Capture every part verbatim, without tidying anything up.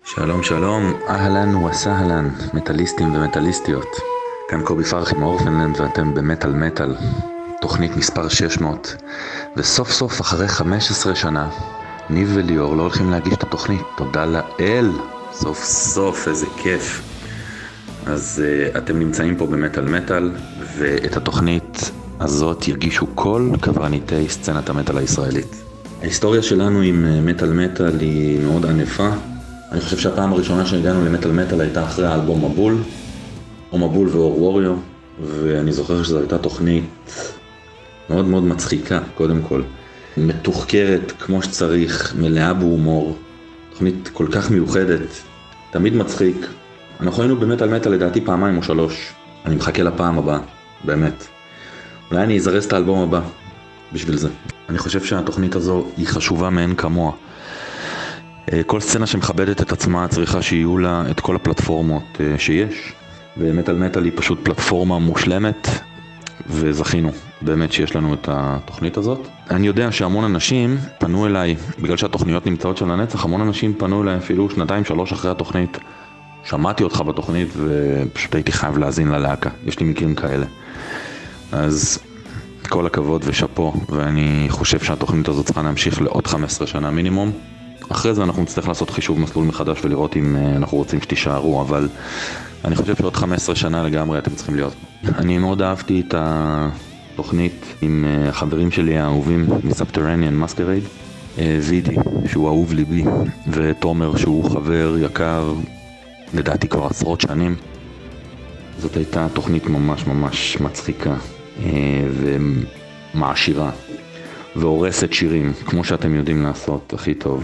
שלום שלום, אהלן וסהלן, מטליסטים ומטליסטיות. כאן קובי פרחי מאורפנלנד ואתם במטל מטל, תוכנית מספר שש מאות. וסוף סוף אחרי חמש עשרה שנה, ניב וליאור לא הולכים להגיש את התוכנית, תודה לאל, סוף סוף, איזה כיף. אז uh, אתם נמצאים פה במטל מטל, ואת התוכנית הזאת יגישו כל קברניטי סצנת המטל הישראלית. ההיסטוריה שלנו עם מטל מטל היא מאוד ענפה. אני חושב שהפעם הראשונה שהגענו למטל מטל הייתה אחרי האלבום מבול, או מבול ואור ווריו, ואני זוכר שזו הייתה תוכנית מאוד מאוד מצחיקה, קודם כל. מתוחקרת כמו שצריך, מלאה בהומור, תוכנית כל כך מיוחדת, תמיד מצחיק. אנחנו היינו במטל מטל לדעתי פעמיים או שלוש, אני מחכה לפעם הבאה, באמת. אולי אני אזרז את האלבום הבא בשביל זה. אני חושב שהתוכנית הזו היא חשובה מאין כמוה. כל סצנה שמכבדת את עצמה צריכה שיהיו לה את כל הפלטפורמות שיש, ומטל מטל היא פשוט פלטפורמה מושלמת, וזכינו באמת שיש לנו את התוכנית הזאת. אני יודע שהמון אנשים פנו אליי, בגלל שהתוכניות נמצאות של הנצח, המון אנשים פנו אליי אפילו שנתיים שלוש אחרי התוכנית, שמעתי אותך בתוכנית ופשוט הייתי חייב להזין ללהקה, יש לי מקרים כאלה. אז כל הכבוד ושפו, ואני חושב שהתוכנית הזאת צריכה להמשיך לעוד חמש עשרה שנה מינימום. אחרי זה אנחנו נצטרך לעשות חישוב מסלול מחדש ולראות אם אנחנו רוצים שתישארו, אבל אני חושב שעוד חמש עשרה שנה לגמרי אתם צריכים להיות. אני מאוד אהבתי את התוכנית עם החברים שלי האהובים מסאבטרניאן מסקרייד, וידי שהוא אהוב ליבי, ותומר שהוא חבר יקר לדעתי כבר עשרות שנים. זאת הייתה תוכנית ממש ממש מצחיקה ומעשירה והורסת שירים, כמו שאתם יודעים לעשות הכי טוב.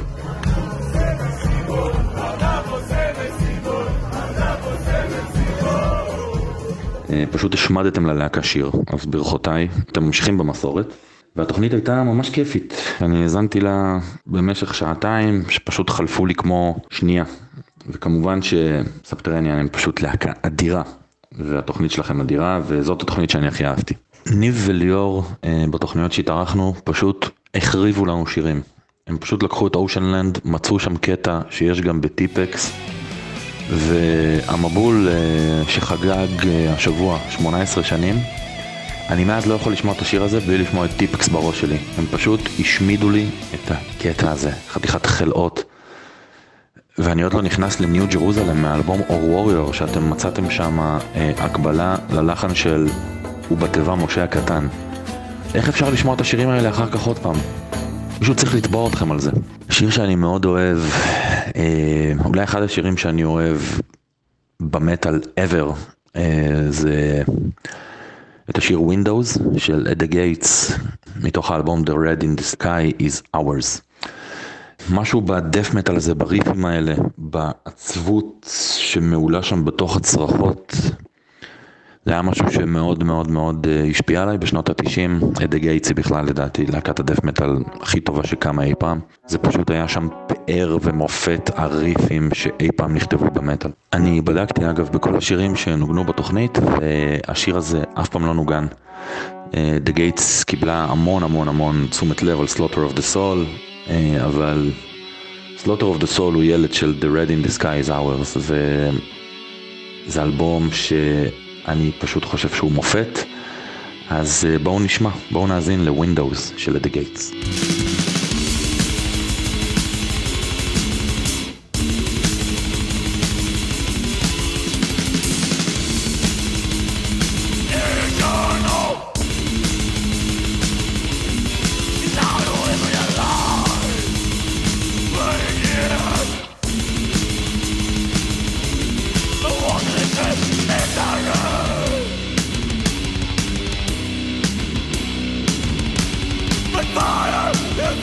פשוט השמדתם ללהקה שיר, אז ברכותיי, אתם ממשיכים במסורת. והתוכנית הייתה ממש כיפית, אני האזנתי לה במשך שעתיים שפשוט חלפו לי כמו שנייה. וכמובן שסאבטרניאן הם פשוט להקה אדירה, והתוכנית שלכם אדירה, וזאת התוכנית שאני הכי אהבתי. ניב וליאור בתוכניות שהתארחנו פשוט החריבו לנו שירים. הם פשוט לקחו את אושנלנד, מצאו שם קטע שיש גם בטיפקס, והמבול שחגג השבוע שמונה עשרה שנים, אני מעט לא יכול לשמוע את השיר הזה בלי לשמוע את טיפקס בראש שלי. הם פשוט השמידו לי את הקטע הזה, חתיכת חלאות. ואני עוד לא נכנס לניו ג'רוזלם מהאלבום אור ווריור, שאתם מצאתם שם אה, הקבלה ללחן של ובטבע משה הקטן. איך אפשר לשמוע את השירים האלה אחר כך עוד פעם? מישהו צריך לתבוע אתכם על זה. שיר שאני מאוד אוהב, אה, אולי אחד השירים שאני אוהב במטל ever, אה, זה את השיר Windows של אדה גייטס, מתוך האלבום The Red in the Sky is Ours. משהו בדף מטל הזה, בריפים האלה, בעצבות שמעולה שם בתוך הצרחות, זה היה משהו שמאוד מאוד מאוד השפיע עליי בשנות ה-תשעים. אדה גייטס היא בכלל לדעתי להקת הדף מטל הכי טובה שקמה אי פעם. זה פשוט היה שם פאר ומופת הריפים שאי פעם נכתבו במטל. אני בדקתי אגב בכל השירים שנוגנו בתוכנית, והשיר הזה אף פעם לא נוגן. אדה גייטס קיבלה המון המון המון תשומת לב על Slaughter of the Soul, אבל Slaughter of the Soul הוא ילד של The Red in the Sky is Ours, וזה אלבום שאני פשוט חושב שהוא מופת. אז בואו נשמע, בואו נאזין ל-Windows של The Gates. Fire!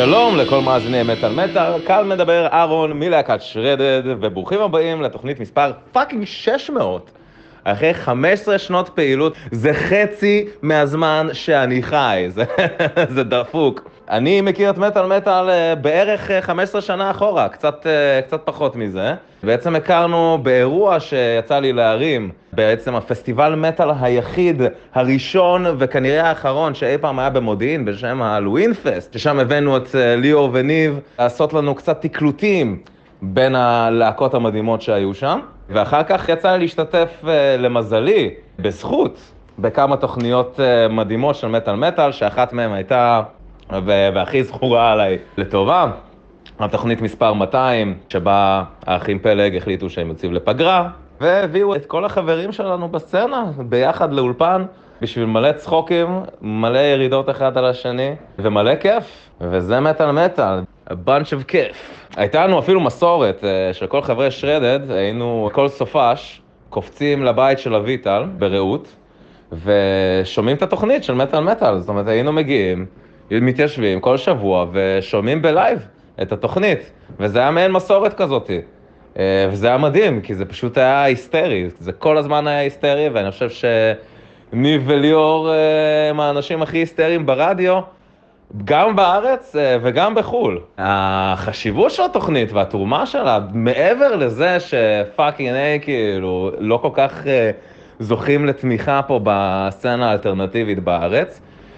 שלום לכל מאזיני מטל מטל, כאן מדבר אהרון מלהקת שרדד, וברוכים הבאים לתוכנית מספר פאקינג שש מאות. אחרי חמש עשרה שנות פעילות, זה חצי מהזמן שאני חי, זה, זה דפוק. אני מכיר את מטל מטל בערך חמש עשרה שנה אחורה, קצת, קצת פחות מזה. בעצם הכרנו באירוע שיצא לי להרים, בעצם הפסטיבל מטל היחיד, הראשון וכנראה האחרון שאי פעם היה במודיעין, בשם הלווין פסט, ששם הבאנו את ליאור וניב לעשות לנו קצת תקלוטים בין הלהקות המדהימות שהיו שם. ואחר כך יצא לי להשתתף למזלי, בזכות, בכמה תוכניות מדהימות של מטל מטל, שאחת מהן הייתה, והכי זכורה עליי לטובה, התוכנית מספר מאתיים, שבה האחים פלג החליטו שהם יוצאים לפגרה, והביאו את כל החברים שלנו בסצנה, ביחד לאולפן, בשביל מלא צחוקים, מלא ירידות אחד על השני, ומלא כיף, וזה מטל מטל, a bunch of כיף. הייתה לנו אפילו מסורת של כל חברי שרדד, היינו כל סופש, קופצים לבית של אביטל, ברעות, ושומעים את התוכנית של מטל מטל, זאת אומרת, היינו מגיעים, מתיישבים כל שבוע, ושומעים בלייב את התוכנית, וזה היה מעין מסורת כזאת. וזה היה מדהים, כי זה פשוט היה היסטרי, זה כל הזמן היה היסטרי, ואני חושב שניב וליאור הם האנשים הכי היסטריים ברדיו, גם בארץ וגם בחול. החשיבות של התוכנית והתרומה שלה, מעבר לזה שפאקינג איי כאילו לא כל כך זוכים לתמיכה פה בסצנה האלטרנטיבית בארץ,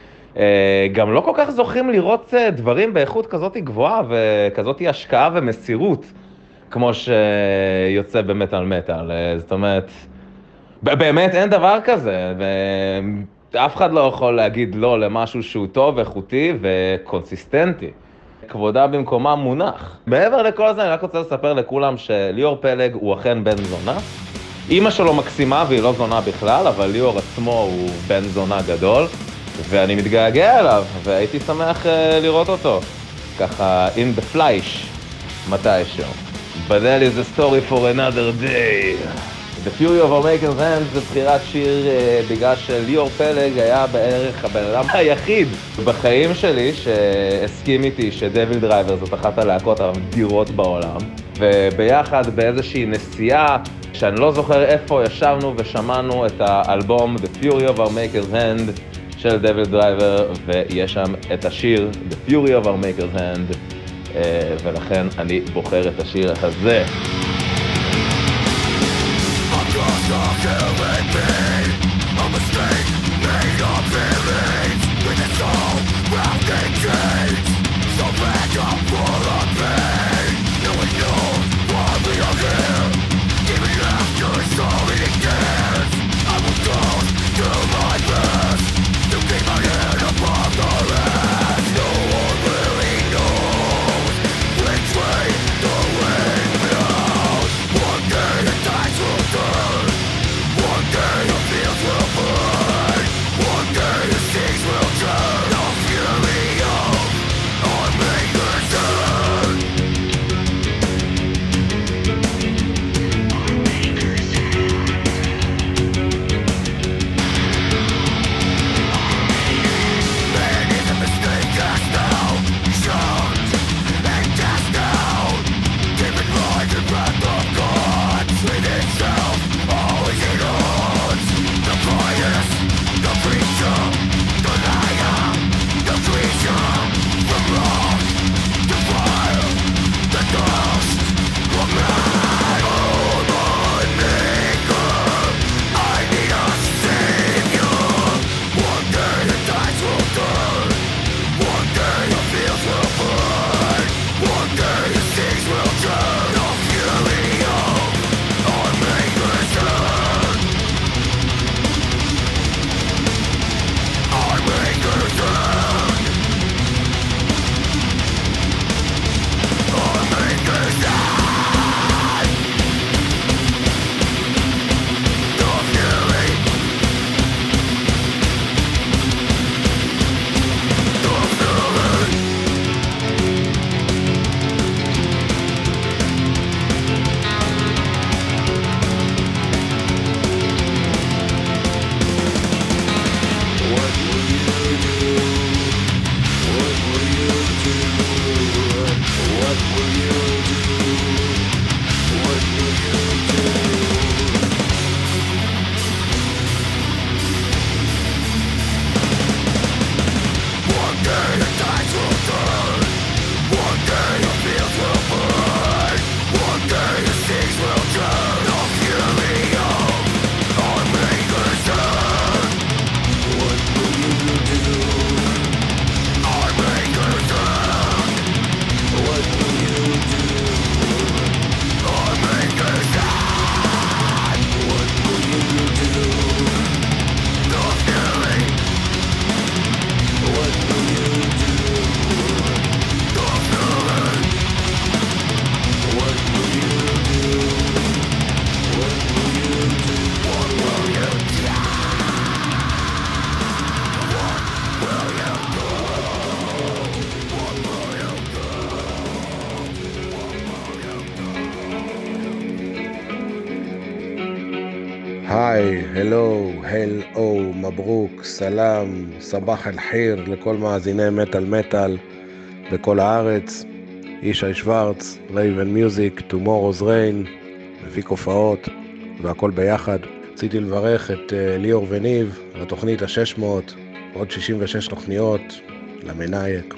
גם לא כל כך זוכים לראות דברים באיכות כזאת גבוהה וכזאת השקעה ומסירות, כמו שיוצא במטל מטל. זאת אומרת, באמת אין דבר כזה, ואף אחד לא יכול להגיד לא למשהו שהוא טוב, איכותי וקונסיסטנטי. כבודה במקומה מונח. מעבר לכל זה, אני רק רוצה לספר לכולם שליאור פלג הוא אכן בן זונה. אמא שלו מקסימה והיא לא זונה בכלל, אבל ליאור עצמו הוא בן זונה גדול, ואני מתגעגע אליו, והייתי שמח לראות אותו. ככה, in the flesh, מתישהו. But that is a story for another day. The Fury of our Maker's Hand זה בחירת שיר uh, בגלל שליאור פלג היה בערך הבן אדם היחיד בחיים שלי שהסכים איתי שדביל דרייבר זאת אחת הלהקות המדירות בעולם, וביחד באיזושהי נסיעה שאני לא זוכר איפה ישבנו ושמענו את האלבום The Fury of our Maker's Hand של דביל דרייבר, ויש שם את השיר The Fury of our Maker's Hand, uh, ולכן אני בוחר את השיר הזה. Killing me, a mistake made of feelings with its soul wrapped in chains, so back up for the pain. Now we know why we are here, even after so many years. I will go do my best to keep my head above the rest. No one really knows which way the wind blows. One day the tides will turn. One day היי, הלו, הלו, מברוק, סלאם, סבח אל חיר לכל מאזיני מטל מטל בכל הארץ. ישי שוורץ, רייבן מיוזיק, Tomorrow's Rain, מפיק הופעות והכל ביחד. רציתי לברך את uh, ליאור וניב על התוכנית ה-שש מאות, עוד שישים ושש תוכניות למנייק.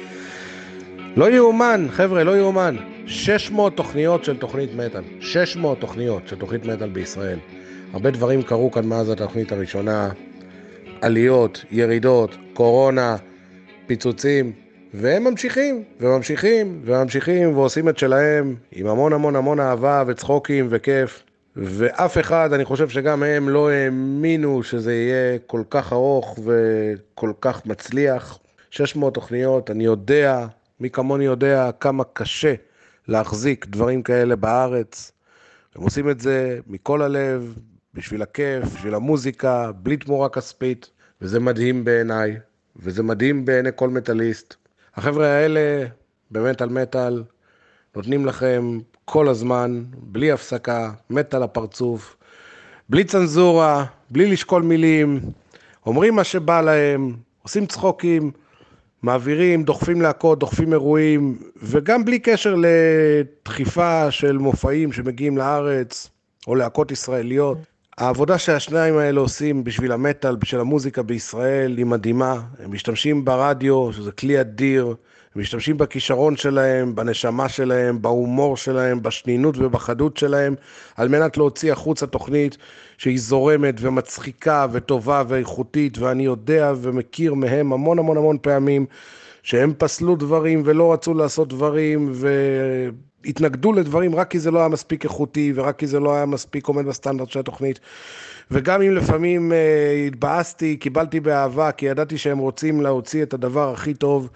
לא יאומן, חבר'ה, לא יאומן. שש מאות תוכניות של תוכנית מטל. שש מאות תוכניות של תוכנית מטל בישראל. הרבה דברים קרו כאן מאז התוכנית הראשונה. עליות, ירידות, קורונה, פיצוצים. והם ממשיכים, וממשיכים, וממשיכים, ועושים את שלהם עם המון המון המון אהבה וצחוקים וכיף. ואף אחד, אני חושב שגם הם לא האמינו שזה יהיה כל כך ארוך וכל כך מצליח. שש מאות תוכניות, אני יודע, מי כמוני יודע כמה קשה להחזיק דברים כאלה בארץ. הם עושים את זה מכל הלב, בשביל הכיף, בשביל המוזיקה, בלי תמורה כספית, וזה מדהים בעיניי, וזה מדהים בעיני כל מטליסט. החבר'ה האלה, במטל מטל, נותנים לכם כל הזמן, בלי הפסקה, מטל הפרצוף, בלי צנזורה, בלי לשקול מילים, אומרים מה שבא להם, עושים צחוקים, מעבירים, דוחפים להקות, דוחפים אירועים, וגם בלי קשר לדחיפה של מופעים שמגיעים לארץ, או להקות ישראליות. העבודה שהשניים האלה עושים בשביל המטל, בשביל המוזיקה בישראל, היא מדהימה. הם משתמשים ברדיו, שזה כלי אדיר, הם משתמשים בכישרון שלהם, בנשמה שלהם, בהומור שלהם, בשנינות ובחדות שלהם, על מנת להוציא החוץ התוכנית שהיא זורמת ומצחיקה וטובה ואיכותית, ואני יודע ומכיר מהם המון המון המון פעמים שהם פסלו דברים ולא רצו לעשות דברים והתנגדו לדברים רק כי זה לא היה מספיק איכותי ורק כי זה לא היה מספיק עומד בסטנדרט של התוכנית. וגם אם לפעמים אה, התבאסתי, קיבלתי באהבה, כי ידעתי שהם רוצים להוציא את הדבר הכי טוב,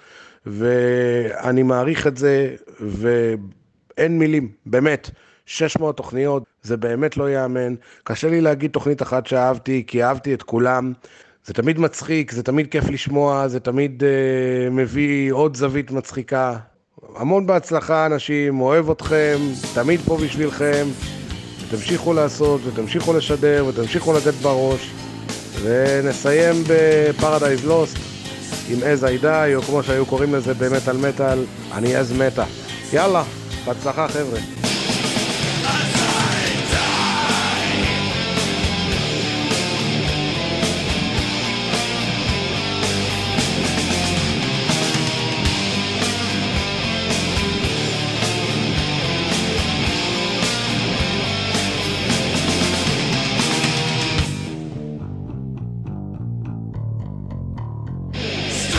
ואני מעריך את זה, ואין מילים, באמת. שש מאות תוכניות, זה באמת לא יאמן. קשה לי להגיד תוכנית אחת שאהבתי, כי אהבתי את כולם. זה תמיד מצחיק, זה תמיד כיף לשמוע, זה תמיד אה, מביא עוד זווית מצחיקה. המון בהצלחה אנשים, אוהב אתכם, תמיד פה בשבילכם. ותמשיכו לעשות, ותמשיכו לשדר, ותמשיכו לתת בראש. ונסיים בפרדייז לוסט עם אז I die, או כמו שהיו קוראים לזה במטל מטל, אני אז מתה. יאללה, בהצלחה חבר'ה.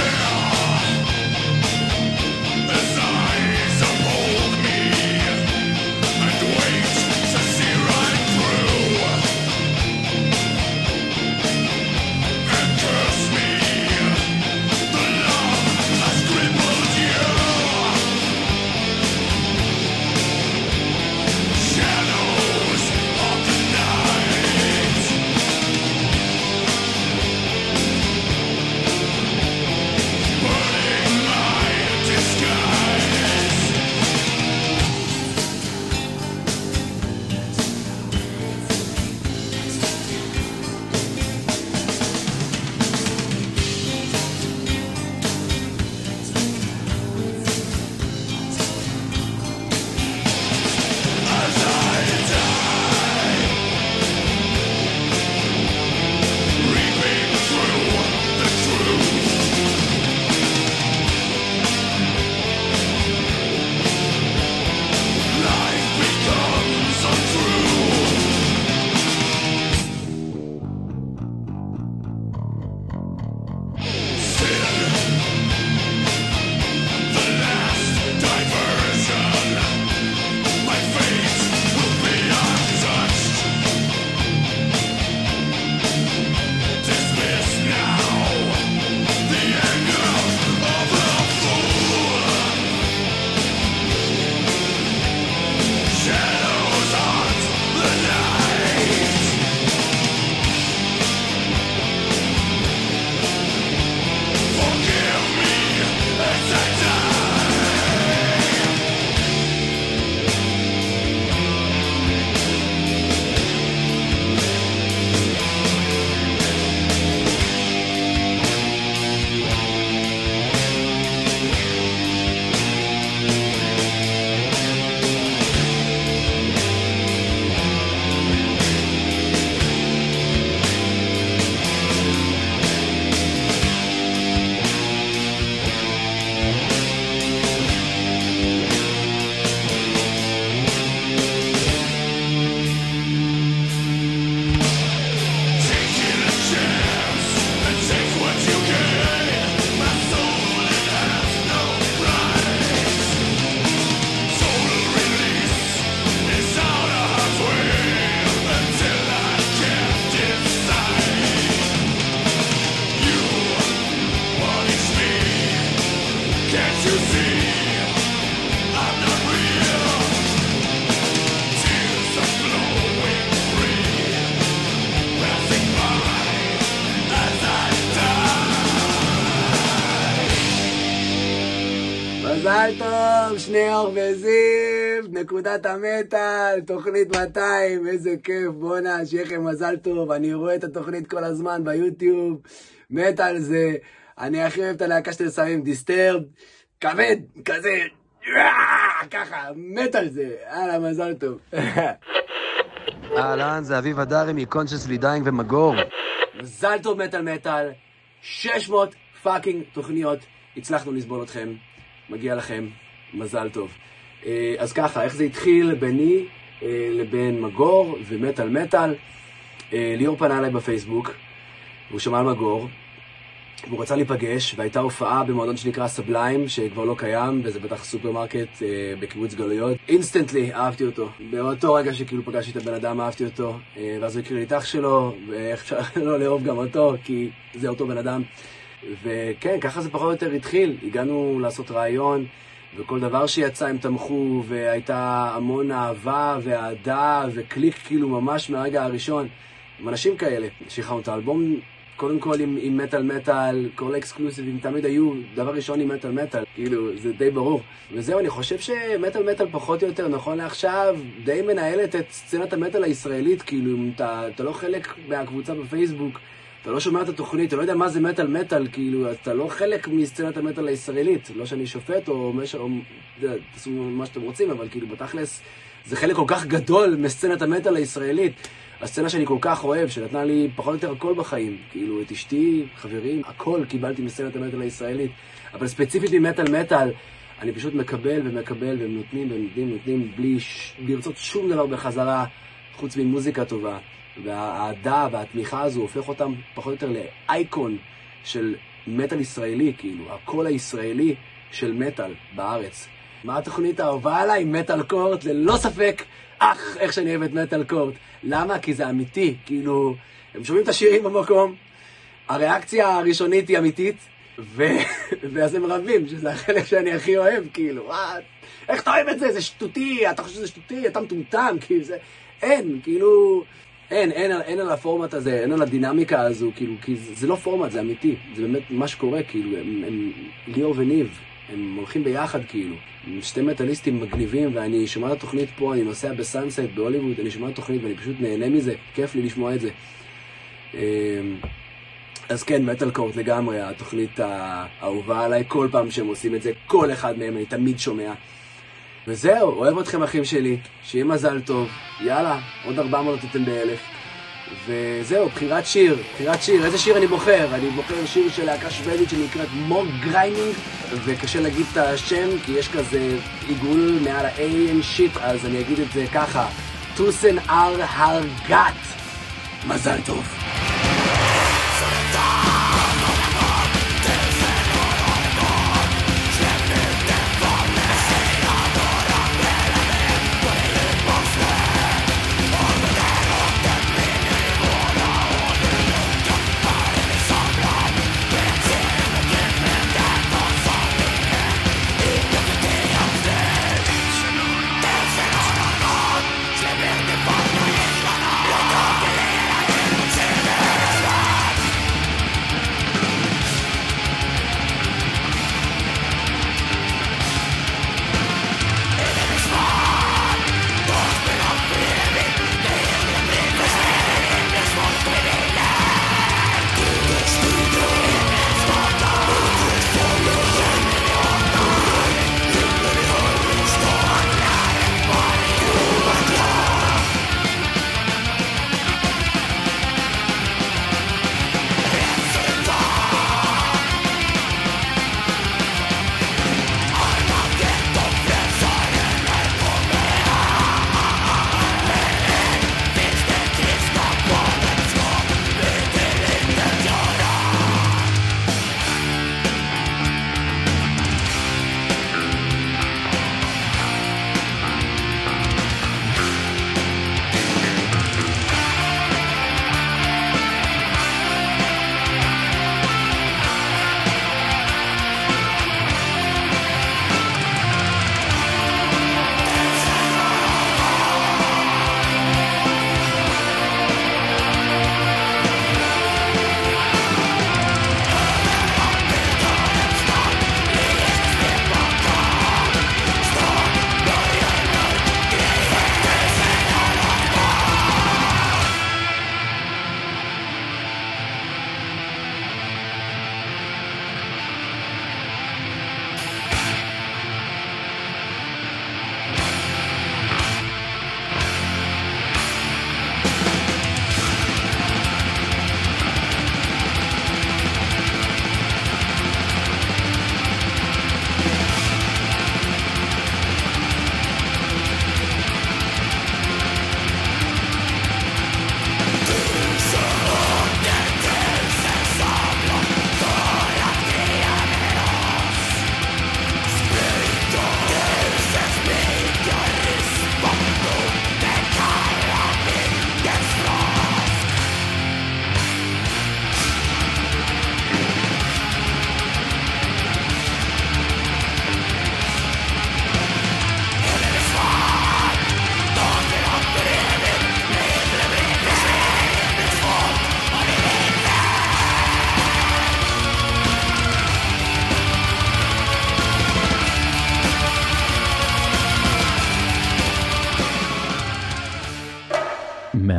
The size of me מזל טוב, שני אור וזיו, נקודת המטל, תוכנית מאתיים, איזה כיף, בונה, שיהיה לכם מזל טוב, אני רואה את התוכנית כל הזמן ביוטיוב, מטל זה, אני הכי אוהב את הלהקה שאתם שמים, דיסטרב, כבד, כזה, ככה, מטל זה, הלאה, מזל טוב. אהלן, זה אביב הדרי מקונשסלי דיינג ומגור. מזל טוב מטל מטל, שש מאות פאקינג תוכניות, הצלחנו לסבול אתכם, מגיע לכם, מזל טוב. אז ככה, איך זה התחיל ביני לבין מגור ומטל מטל? ליאור פנה אליי בפייסבוק, והוא שמע על מגור, והוא רצה להיפגש, והייתה הופעה במועדון שנקרא סבליים, שכבר לא קיים, וזה בטח סופרמרקט אה, בקיבוץ גלויות. אינסטנטלי אהבתי אותו. באותו רגע שכאילו פגשתי את הבן אדם, אהבתי אותו, אה, ואז הוא הכיר לי את אח שלו, ואיך אפשר לא לאהוב גם אותו, כי זה אותו בן אדם. וכן, ככה זה פחות או יותר התחיל. הגענו לעשות רעיון, וכל דבר שיצא הם תמכו, והייתה המון אהבה ואהדה, וקליק כאילו ממש מהרגע הראשון. עם אנשים כאלה, שחררנו את האלבום, קודם כל עם, עם מטל מטל, כל האקסקלוסיבים תמיד היו דבר ראשון עם מטל מטל, כאילו זה די ברור. וזהו, אני חושב שמטל מטל פחות או יותר נכון לעכשיו, די מנהלת את סצנת המטל הישראלית, כאילו אם אתה, אתה לא חלק מהקבוצה בפייסבוק, אתה לא שומע את התוכנית, אתה לא יודע מה זה מטל מטל, כאילו אתה לא חלק מסצנת המטל הישראלית, לא שאני שופט או מש... או... תעשו מה שאתם רוצים, אבל כאילו בתכלס זה חלק כל כך גדול מסצנת המטל הישראלית. הסצנה שאני כל כך אוהב, שנתנה לי פחות או יותר הכל בחיים, כאילו את אשתי, חברים, הכל קיבלתי מסצנת המטל הישראלית, אבל ספציפית ממטל מטל, אני פשוט מקבל ומקבל והם נותנים והם נותנים, נותנים בלי לרצות שום דבר בחזרה, חוץ ממוזיקה טובה, והאהדה והתמיכה הזו הופך אותם פחות או יותר לאייקון של מטל ישראלי, כאילו, הקול הישראלי של מטל בארץ. מה התוכנית האהובה עליי? מטל קורט, ללא ספק, אך, איך שאני אוהב את מטל קורט. למה? כי זה אמיתי, כאילו, הם שומעים את השירים במקום, הריאקציה הראשונית היא אמיתית, ו... ואז הם רבים, שזה החלק שאני הכי אוהב, כאילו, מה, איך אתה אוהב את זה? זה שטותי, אתה חושב שזה שטותי, אתה מטומטם, כאילו, זה, אין, כאילו, אין, אין, אין על הפורמט הזה, אין על הדינמיקה הזו, כאילו, כי זה, זה לא פורמט, זה אמיתי, זה באמת מה שקורה, כאילו, הם, הם ליאור וניב, הם הולכים ביחד, כאילו, שתי מטליסטים מגניבים, ואני שומע את התוכנית פה, אני נוסע בסאנסט בהוליווד, אני שומע את התוכנית ואני פשוט נהנה מזה, כיף לי לשמוע את זה. אז כן, מטל קורט לגמרי, התוכנית האהובה עליי, כל פעם שהם עושים את זה, כל אחד מהם אני תמיד שומע. וזהו, אוהב אתכם אחים שלי, שיהיה מזל טוב, יאללה, עוד ארבע מאות אתם באלף. וזהו, בחירת שיר, בחירת שיר, איזה שיר אני בוחר? אני בוחר שיר של להקה שוודית שנקראת מוג גריינינג, וקשה להגיד את השם כי יש כזה עיגול מעל ה-A and shit, אז אני אגיד את זה ככה, טוסן אר הרגת, מזל טוב. Together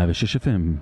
מאה ושש אף אם.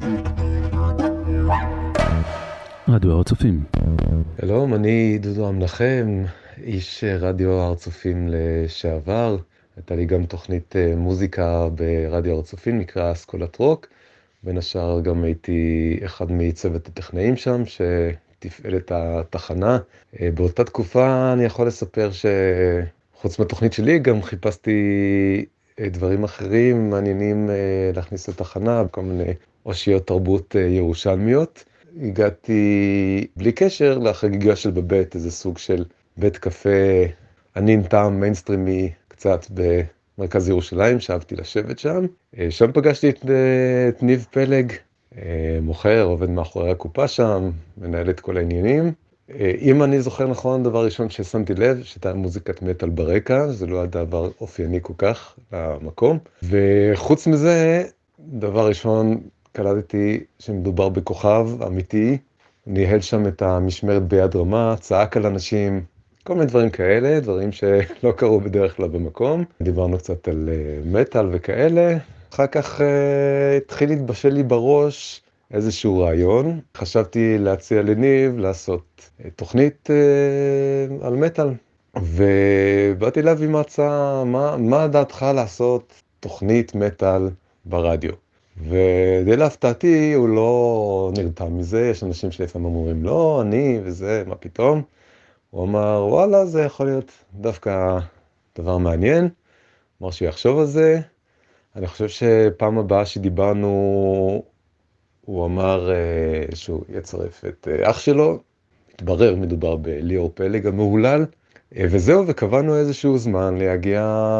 רדיו הר הצופים. שלום, אני דודו המנחם, איש רדיו הר הצופים לשעבר. הייתה לי גם תוכנית מוזיקה ברדיו הר הצופים, נקרא אסכולת רוק. בין השאר גם הייתי אחד מצוות הטכנאים שם, שתפעל את התחנה. באותה תקופה אני יכול לספר שחוץ מהתוכנית שלי גם חיפשתי דברים אחרים מעניינים להכניס לתחנה, כל מיני אושיות תרבות ירושלמיות. הגעתי בלי קשר לחגיגה של בבית, איזה סוג של בית קפה ענין טעם מיינסטרימי קצת במרכז ירושלים, שאהבתי לשבת שם. שם פגשתי את, את ניב פלג, מוכר, עובד מאחורי הקופה שם, מנהל את כל העניינים. אם אני זוכר נכון, דבר ראשון ששמתי לב, שהייתה מוזיקת מטל ברקע, זה לא היה דבר אופייני כל כך למקום. וחוץ מזה, דבר ראשון, קלטתי שמדובר בכוכב אמיתי, ניהל שם את המשמרת ביד רמה, צעק על אנשים, כל מיני דברים כאלה, דברים שלא קרו בדרך כלל במקום. דיברנו קצת על מטל וכאלה. אחר כך uh, התחיל להתבשל לי בראש איזשהו רעיון. חשבתי להציע לניב לעשות תוכנית uh, על מטל. ובאתי להביא מהצעה, מה, מה דעתך לעשות תוכנית מטל ברדיו? ודי להפתעתי, הוא לא נרתע מזה, יש אנשים שלפעמים אומרים, לא, אני וזה, מה פתאום? הוא אמר, וואלה, זה יכול להיות דווקא דבר מעניין, אמר שיחשוב על זה. אני חושב שפעם הבאה שדיברנו, הוא אמר שהוא יצרף את אח שלו, התברר, מדובר בליאור פלג המהולל, וזהו, וקבענו איזשהו זמן להגיע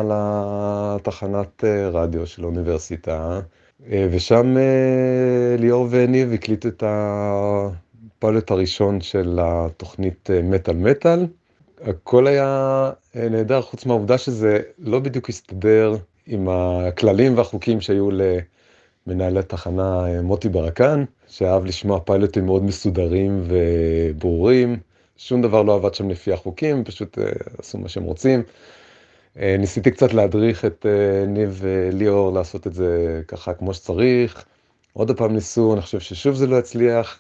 לתחנת רדיו של האוניברסיטה, ושם ליאור וניב הקליטו את הפיילוט הראשון של התוכנית מטל מטל. הכל היה נהדר, חוץ מהעובדה שזה לא בדיוק הסתדר עם הכללים והחוקים שהיו למנהל התחנה מוטי ברקן, שאהב לשמוע פיילוטים מאוד מסודרים וברורים. שום דבר לא עבד שם לפי החוקים, פשוט עשו מה שהם רוצים. ניסיתי קצת להדריך את ניב וליאור לעשות את זה ככה כמו שצריך. עוד הפעם ניסו, אני חושב ששוב זה לא הצליח.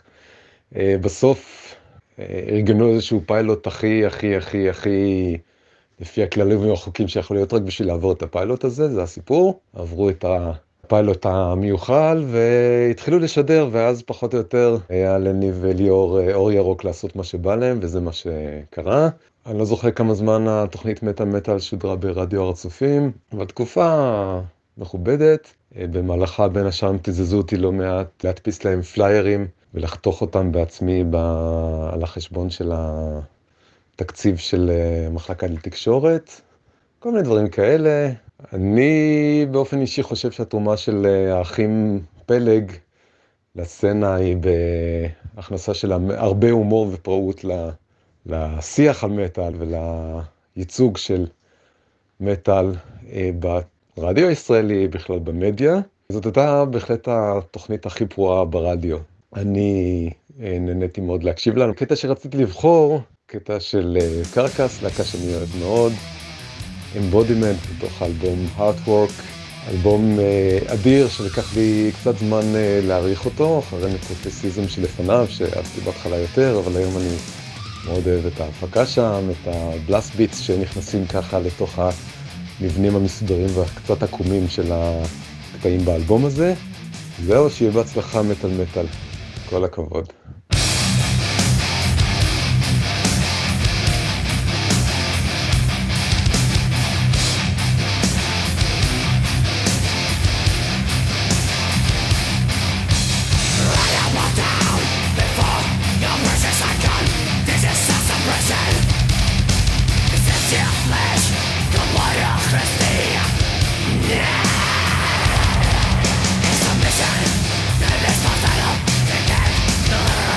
בסוף ארגנו איזשהו פיילוט הכי, הכי, הכי, הכי, לפי הכללים והחוקים שיכול להיות רק בשביל לעבור את הפיילוט הזה, זה הסיפור. עברו את הפיילוט המיוחל והתחילו לשדר, ואז פחות או יותר היה לניב וליאור אור ירוק לעשות מה שבא להם, וזה מה שקרה. אני לא זוכר כמה זמן התוכנית מטל מטל שודרה ברדיו הר הצופים, אבל תקופה מכובדת. במהלכה בין השאר תזזו אותי לא מעט להדפיס להם פליירים ולחתוך אותם בעצמי ב... על החשבון של התקציב של מחלקה לתקשורת. כל מיני דברים כאלה. אני באופן אישי חושב שהתרומה של האחים פלג לסצנה היא בהכנסה של הרבה הומור ופראות ל... לשיח על מטל ולייצוג של מטל ברדיו הישראלי, בכלל במדיה. זאת הייתה בהחלט התוכנית הכי פרועה ברדיו. אני נהניתי מאוד להקשיב לנו. קטע שרציתי לבחור, קטע של קרקס, להקה שאני אוהב מאוד, Embodiment, בתוך האלבום Heartwork, אלבום אדיר שלקח לי קצת זמן להעריך אותו, אחרי נקרוטיסיזם שלפניו, שאהבתי בהתחלה יותר, אבל היום אני מאוד אוהב את ההפקה שם, את הבלאסט ביטס שנכנסים ככה לתוך המבנים המסודרים והקצת עקומים של הקטעים באלבום הזה. זהו, שיהיה בהצלחה מטל מטל. כל הכבוד. It's a mission, that is my title, to get the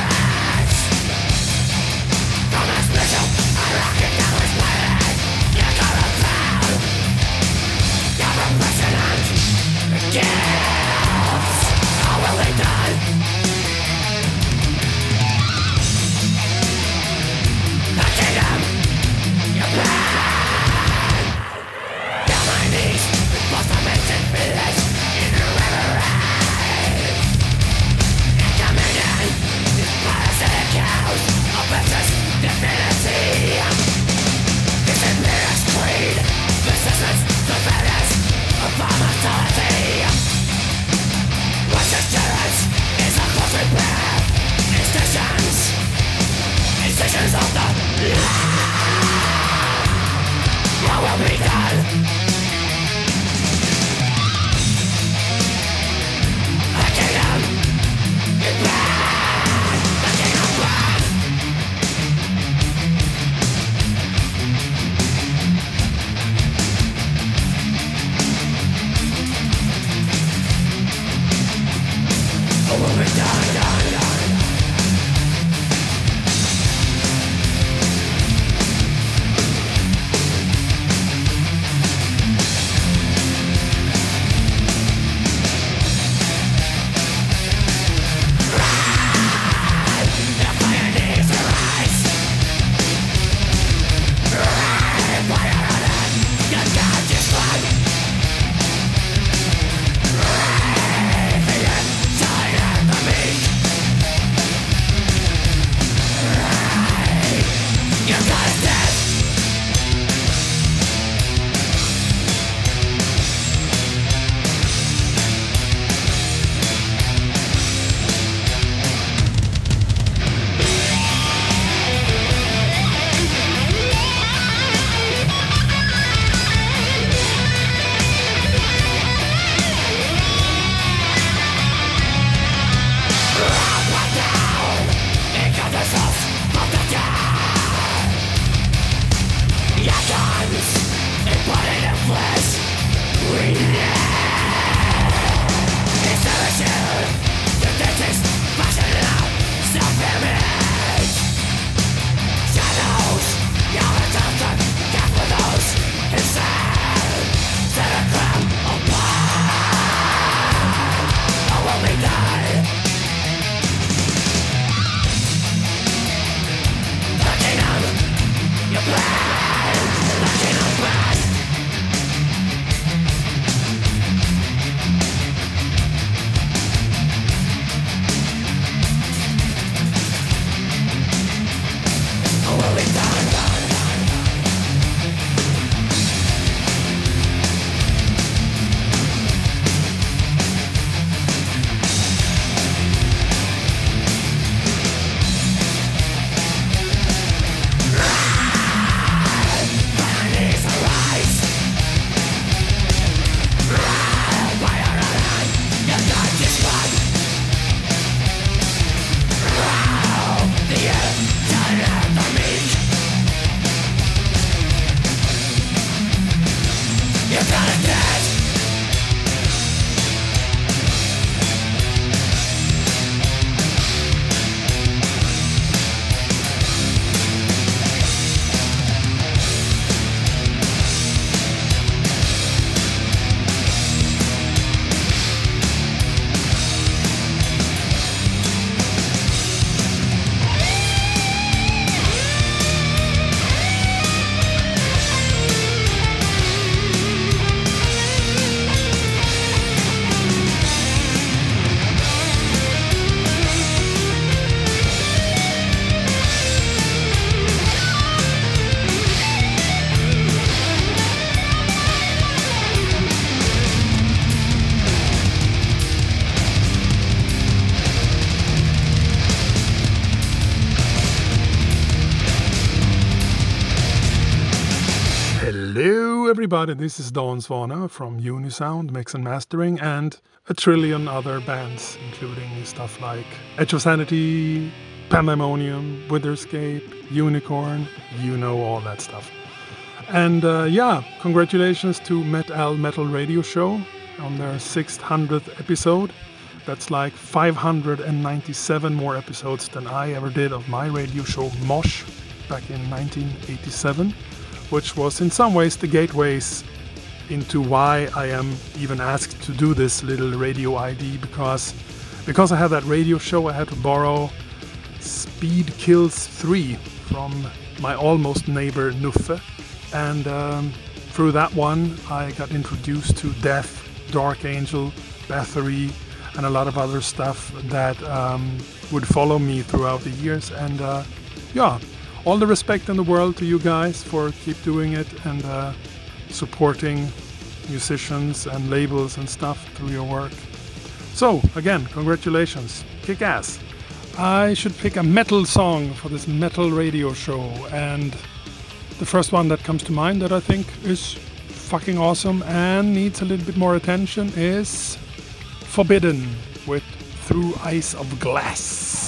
everybody, this is Don Svana from Unisound, Mix and Mastering, and a trillion other bands, including stuff like Edge of Sanity, Pandemonium, Witherscape, Unicorn, you know all that stuff. And uh, yeah, congratulations to Metal Metal Radio Show on their six hundredth episode. That's like five hundred ninety-seven more episodes than I ever did of my radio show Mosh back in nineteen eighty-seven, which was in some ways the gateways into why I am even asked to do this little radio I D, because because I had that radio show, I had to borrow Speed Kills three from my almost neighbor Nuffe, and um, through that one I got introduced to Death, Dark Angel, Bathory, and a lot of other stuff that um, would follow me throughout the years. And uh, yeah, all the respect in the world to you guys for keep doing it and uh, supporting musicians and labels and stuff through your work. So again, congratulations, kick ass. I should pick a metal song for this metal radio show, and the first one that comes to mind that I think is fucking awesome and needs a little bit more attention is Forbidden with Through Ice of Glass.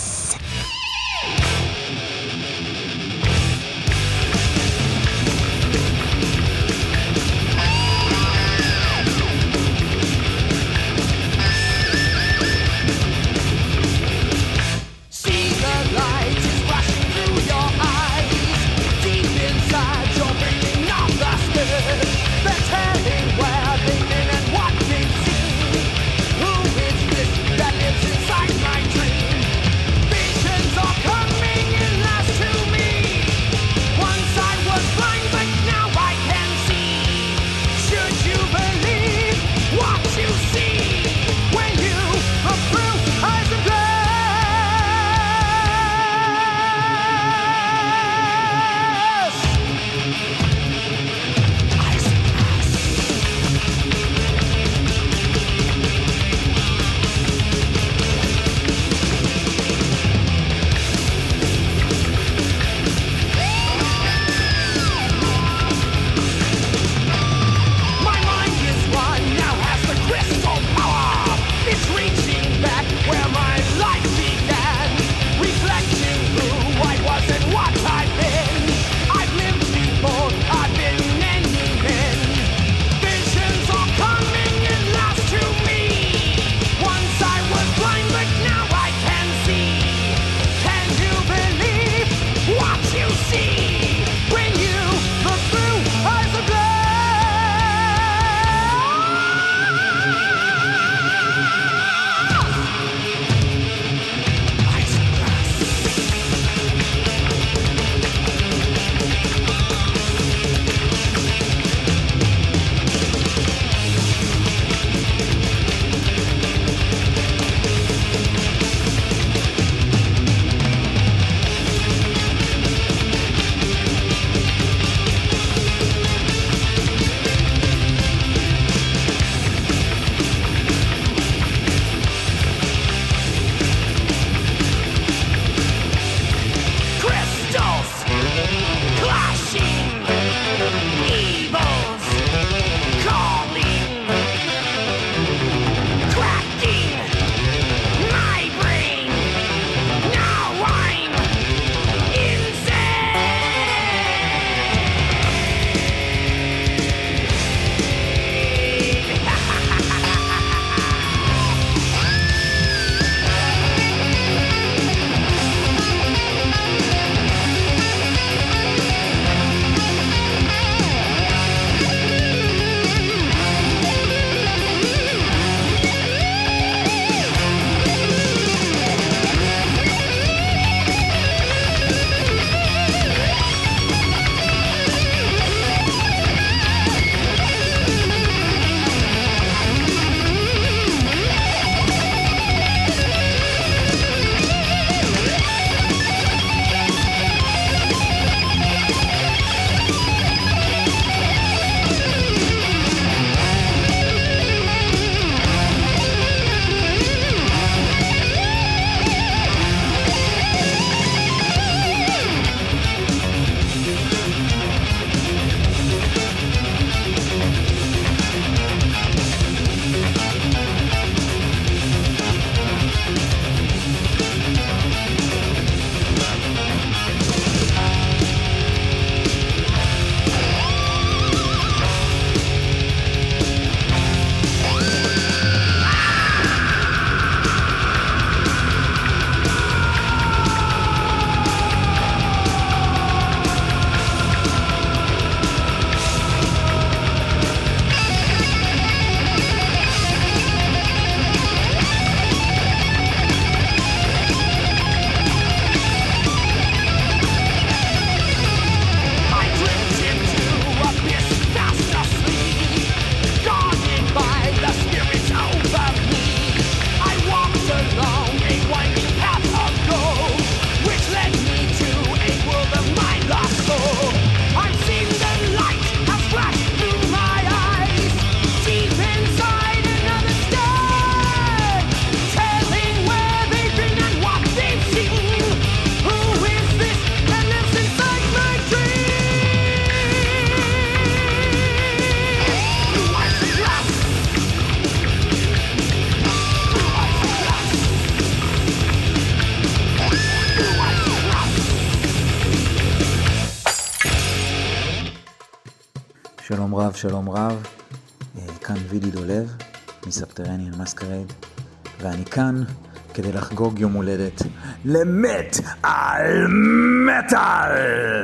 That lives inside my dream. Visions are coming. שלום רב, שלום רב, כאן וידי דולב מסאבטרניאן מסקרייד, ואני כאן כדי לחגוג יום הולדת למת על מטל.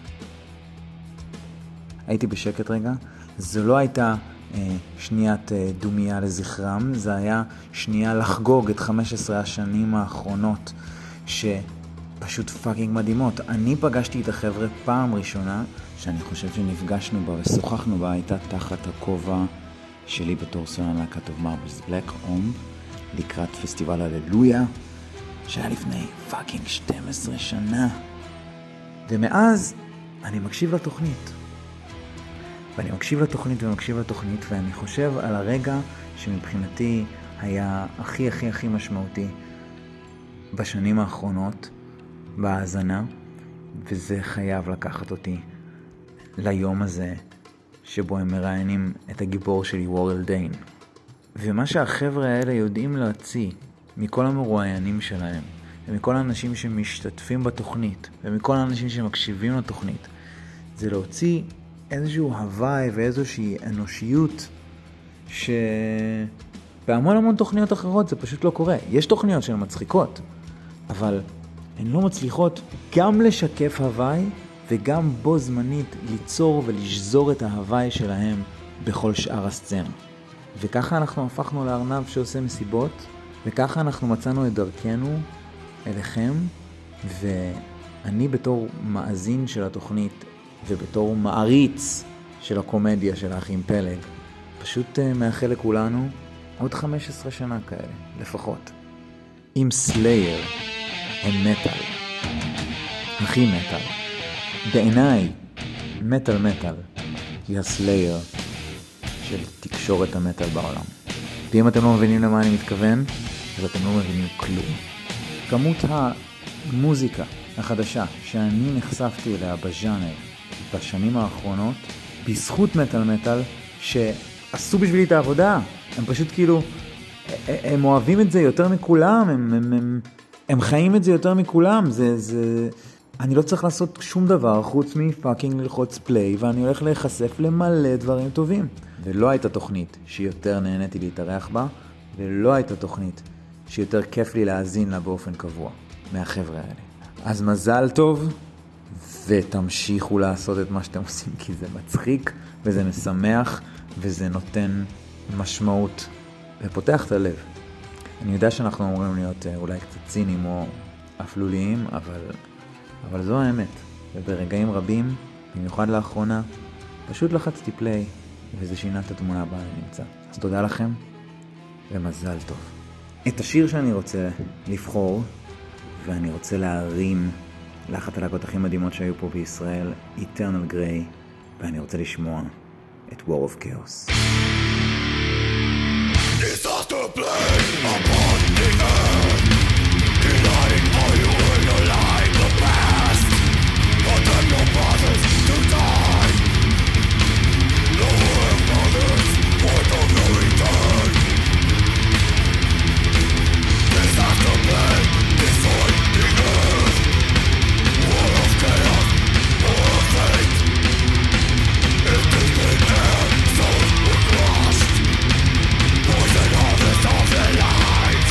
הייתי בשקט רגע, זו לא הייתה אה, שניית אה, דומיה לזכרם, זה היה שנייה לחגוג את חמש עשרה השנים האחרונות שפשוט פאקינג מדהימות. אני פגשתי את החבר'ה פעם ראשונה, שאני חושב שנפגשנו בה ושוחחנו בה, הייתה תחת הכובע שלי בתור סולן להקת of Marbles Black Home, לקראת פסטיבל הללויה, שהיה לפני פאקינג שתים עשרה שנה. ומאז אני מקשיב לתוכנית. ואני מקשיב לתוכנית ומקשיב לתוכנית, ואני חושב על הרגע שמבחינתי היה הכי הכי הכי משמעותי בשנים האחרונות, בהאזנה, וזה חייב לקחת אותי ליום הזה שבו הם מראיינים את הגיבור שלי, וורל דיין. ומה שהחבר'ה האלה יודעים להוציא מכל המרואיינים שלהם, ומכל האנשים שמשתתפים בתוכנית, ומכל האנשים שמקשיבים לתוכנית, זה להוציא איזשהו הוואי ואיזושהי אנושיות שבהמון המון תוכניות אחרות זה פשוט לא קורה. יש תוכניות שהן מצחיקות, אבל הן לא מצליחות גם לשקף הוואי וגם בו זמנית ליצור ולשזור את ההוואי שלהם בכל שאר הסצנה. וככה אנחנו הפכנו לארנב שעושה מסיבות, וככה אנחנו מצאנו את דרכנו אליכם, ואני בתור מאזין של התוכנית ובתור מעריץ של הקומדיה של האחים פלג, פשוט מאחל לכולנו עוד חמש עשרה שנה כאלה, לפחות. עם סלייר, הם מטל. הכי מטל. בעיניי, מטל מטל, היא הסלייר של תקשורת המטל בעולם. ואם אתם לא מבינים למה אני מתכוון, אז אתם לא מבינים כלום. כמות המוזיקה החדשה שאני נחשפתי אליה בז'אנר בשנים האחרונות, בזכות מטל מטל, שעשו בשבילי את העבודה. הם פשוט כאילו, הם אוהבים את זה יותר מכולם, הם, הם, הם, הם חיים את זה יותר מכולם. זה, זה, אני לא צריך לעשות שום דבר חוץ מפאקינג ללחוץ פליי, ואני הולך להיחשף למלא דברים טובים. ולא הייתה תוכנית שיותר נהניתי להתארח בה, ולא הייתה תוכנית שיותר כיף לי להאזין לה באופן קבוע מהחבר'ה האלה. אז מזל טוב, ותמשיכו לעשות את מה שאתם עושים, כי זה מצחיק וזה משמח וזה נותן משמעות ופותח את הלב. אני יודע שאנחנו אמורים להיות אולי קצת ציניים או אפלוליים, אבל, אבל זו האמת. וברגעים רבים, במיוחד לאחרונה, פשוט לחצתי פליי וזה שינה את התמונה הבאה נמצא. אז תודה לכם ומזל טוב. את השיר שאני רוצה לבחור, ואני רוצה להרים לאחת הלהקות הכי מדהימות שהיו פה בישראל, Eternal Grey, ואני רוצה לשמוע את War of Chaos. Disaster plague upon the earth, denying all you will no like the past, condemn your brothers to die. No more brothers, point of no return. Disaster plague, destroy the earth. War of chaos, war of fate. If this big air, souls were crushed. Poison harvest of the light.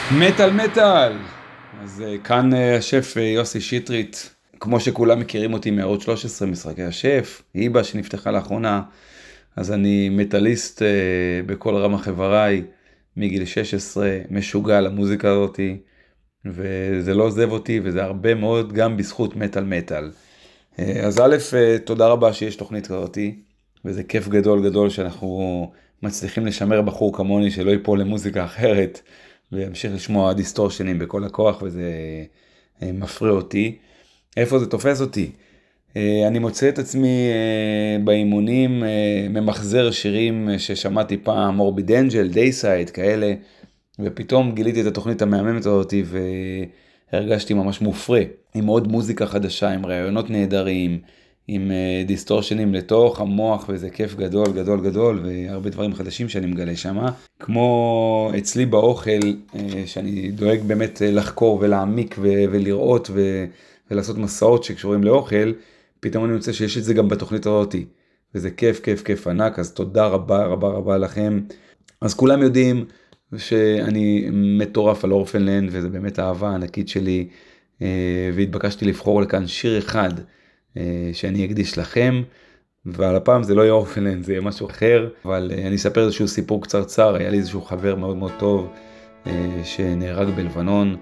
מטל מטל. אז כאן השף יוסי שטרית, כמו שכולם מכירים אותי מערוץ שלוש עשרה, משחקי השף, היבה שנפתחה לאחרונה. אז אני מטליסט בכל רמ"ח איבריי מגיל שש עשרה, משוגע למוזיקה הזאת, וזה לא עוזב אותי, וזה הרבה מאוד גם בזכות מטל מטל. אז א', תודה רבה שיש תוכנית כזאת, וזה כיף גדול גדול שאנחנו מצליחים לשמר בחור כמוני שלא ייפול למוזיקה אחרת, וימשיך לשמוע דיסטורשנים בכל הכוח, וזה מפריע אותי. איפה זה תופס אותי? אני מוצא את עצמי באימונים, ממחזר שירים ששמעתי פעם, מורביד אנג'ל, דייסייד, כאלה, ופתאום גיליתי את התוכנית המהממת הזאת, והרגשתי ממש מופרע, עם עוד מוזיקה חדשה, עם רעיונות נהדרים, עם דיסטורשנים לתוך המוח, וזה כיף גדול גדול גדול, והרבה דברים חדשים שאני מגלה שם, כמו אצלי באוכל, שאני דואג באמת לחקור ולהעמיק ולראות ולעשות מסעות שקשורים לאוכל, פתאום אני רוצה שיש את זה גם בתוכנית הזאת, וזה כיף כיף כיף ענק, אז תודה רבה רבה רבה לכם. אז כולם יודעים שאני מטורף על אורפנלנד, וזה באמת האהבה הענקית שלי, והתבקשתי לבחור לכאן שיר אחד, שאני אקדיש לכם, ועל הפעם זה לא יהיה אורפנלנד, זה יהיה משהו אחר, אבל אני אספר איזשהו סיפור קצרצר. היה לי איזשהו חבר מאוד מאוד טוב, שנהרג בלבנון,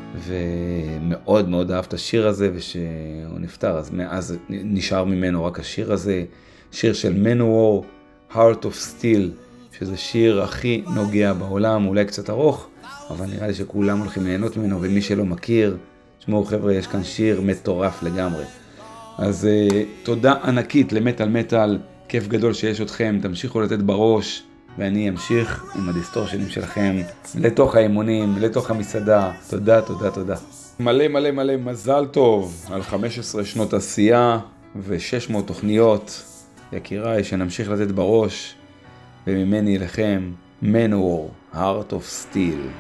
ומאוד מאוד אהב את השיר הזה, ושהוא נפטר, אז מאז נשאר ממנו רק השיר הזה, שיר של Manowar, Heart of Steel, שזה שיר הכי נוגע בעולם, אולי קצת ארוך, אבל נראה לי שכולם הולכים ליהנות ממנו, ומי שלא מכיר, שמעו חבר'ה, יש כאן שיר מטורף לגמרי. אז uh, תודה ענקית למטל מטל, כיף גדול שיש אתכם, תמשיכו לתת בראש, ואני אמשיך עם הדיסטורשנים שלכם לתוך האימונים, לתוך המסעדה. תודה, תודה, תודה. מלא מלא מלא מזל טוב על חמש עשרה שנות עשייה ו-שש מאות תוכניות. יקיריי, שנמשיך לתת בראש, וממני אליכם, Manowar, Heart of Steel.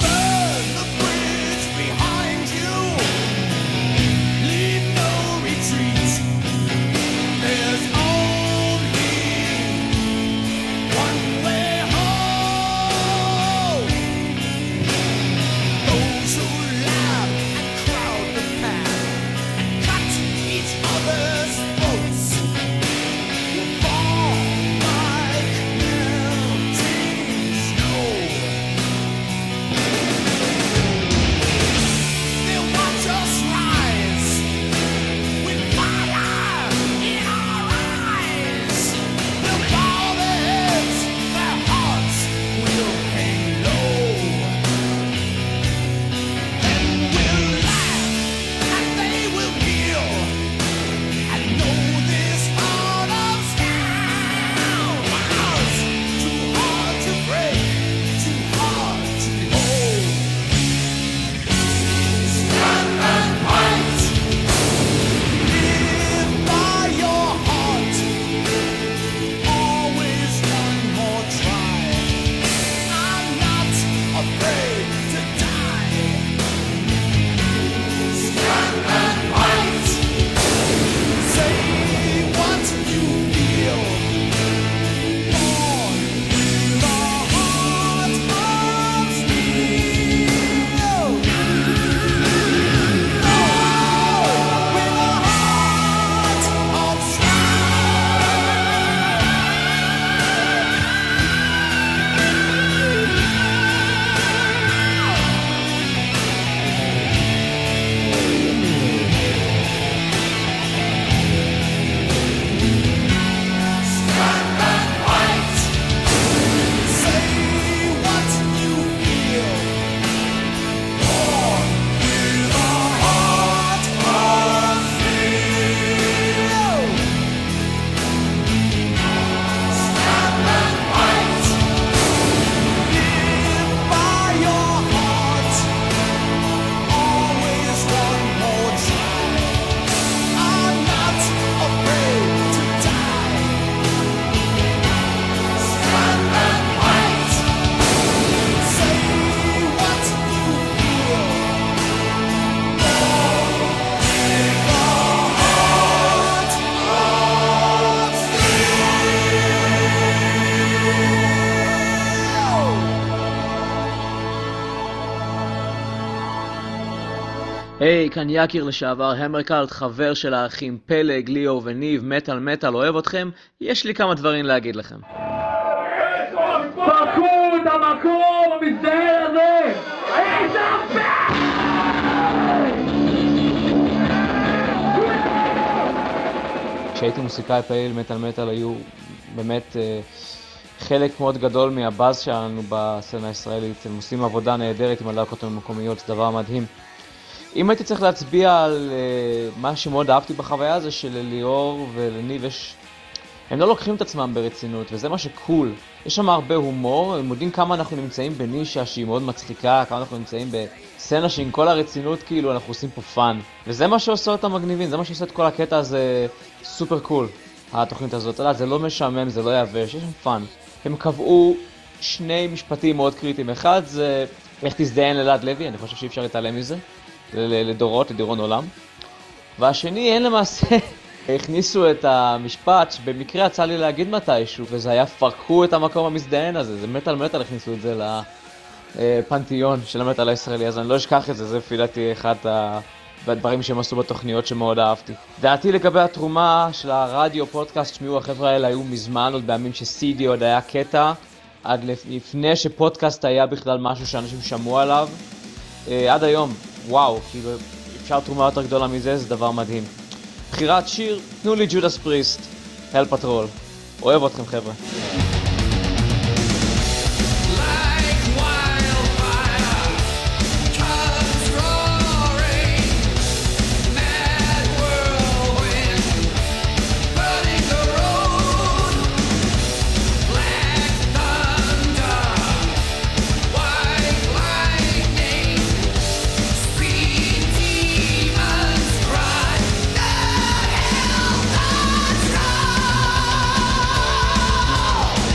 היי, hey, כאן יקיר לשעבר, המרקלט, חבר של האחים פלג, ליאור וניב, מטל מטל, אוהב אתכם. יש לי כמה דברים להגיד לכם. פרקו את המקום המזדהר הזה! איזה כשהייתי מוסיקאי פעיל, מטל מטל היו באמת אה, חלק מאוד גדול מהבאז שלנו בסצנה הישראלית. הם עושים עבודה נהדרת עם הלהקות המקומיות, זה דבר מדהים. אם הייתי צריך להצביע על uh, מה שמאוד אהבתי בחוויה הזה של ליאור ולניב, יש... הם לא לוקחים את עצמם ברצינות, וזה מה שקול. יש שם הרבה הומור, הם יודעים כמה אנחנו נמצאים בנישה שהיא מאוד מצחיקה, כמה אנחנו נמצאים בסצנה שעם כל הרצינות כאילו אנחנו עושים פה פאן. וזה מה שעושה אותם מגניבים, זה מה שעושה את כל הקטע הזה סופר קול, התוכנית הזאת. אתה יודע, זה לא משעמם, זה לא יבש, יש שם פאן. הם קבעו שני משפטים מאוד קריטיים. אחד זה איך תזדיין ללעד לוי, אני חושב שאי אפשר להתעלם מזה. לדורות, לדירון עולם. והשני, אין למעשה, הכניסו את המשפט שבמקרה יצא לי להגיד מתישהו, וזה היה פרקו את המקום המזדהן הזה, זה מטל מטל הכניסו את זה לפנתיון של המטל הישראלי, אז אני לא אשכח את זה, זה פילאתי אחד הדברים שהם עשו בתוכניות שמאוד אהבתי. דעתי לגבי התרומה של הרדיו פודקאסט, שמיעו החבר'ה האלה היו מזמן, עוד בימים שסידי עוד היה קטע, עד לפני שפודקאסט היה בכלל משהו שאנשים שמעו עליו, עד היום. וואו, כאילו אפשר תרומה יותר גדולה מזה, זה דבר מדהים. בחירת שיר, תנו לי ג'ודס פריסט, הל פטרול. אוהב אתכם חבר'ה. Oh!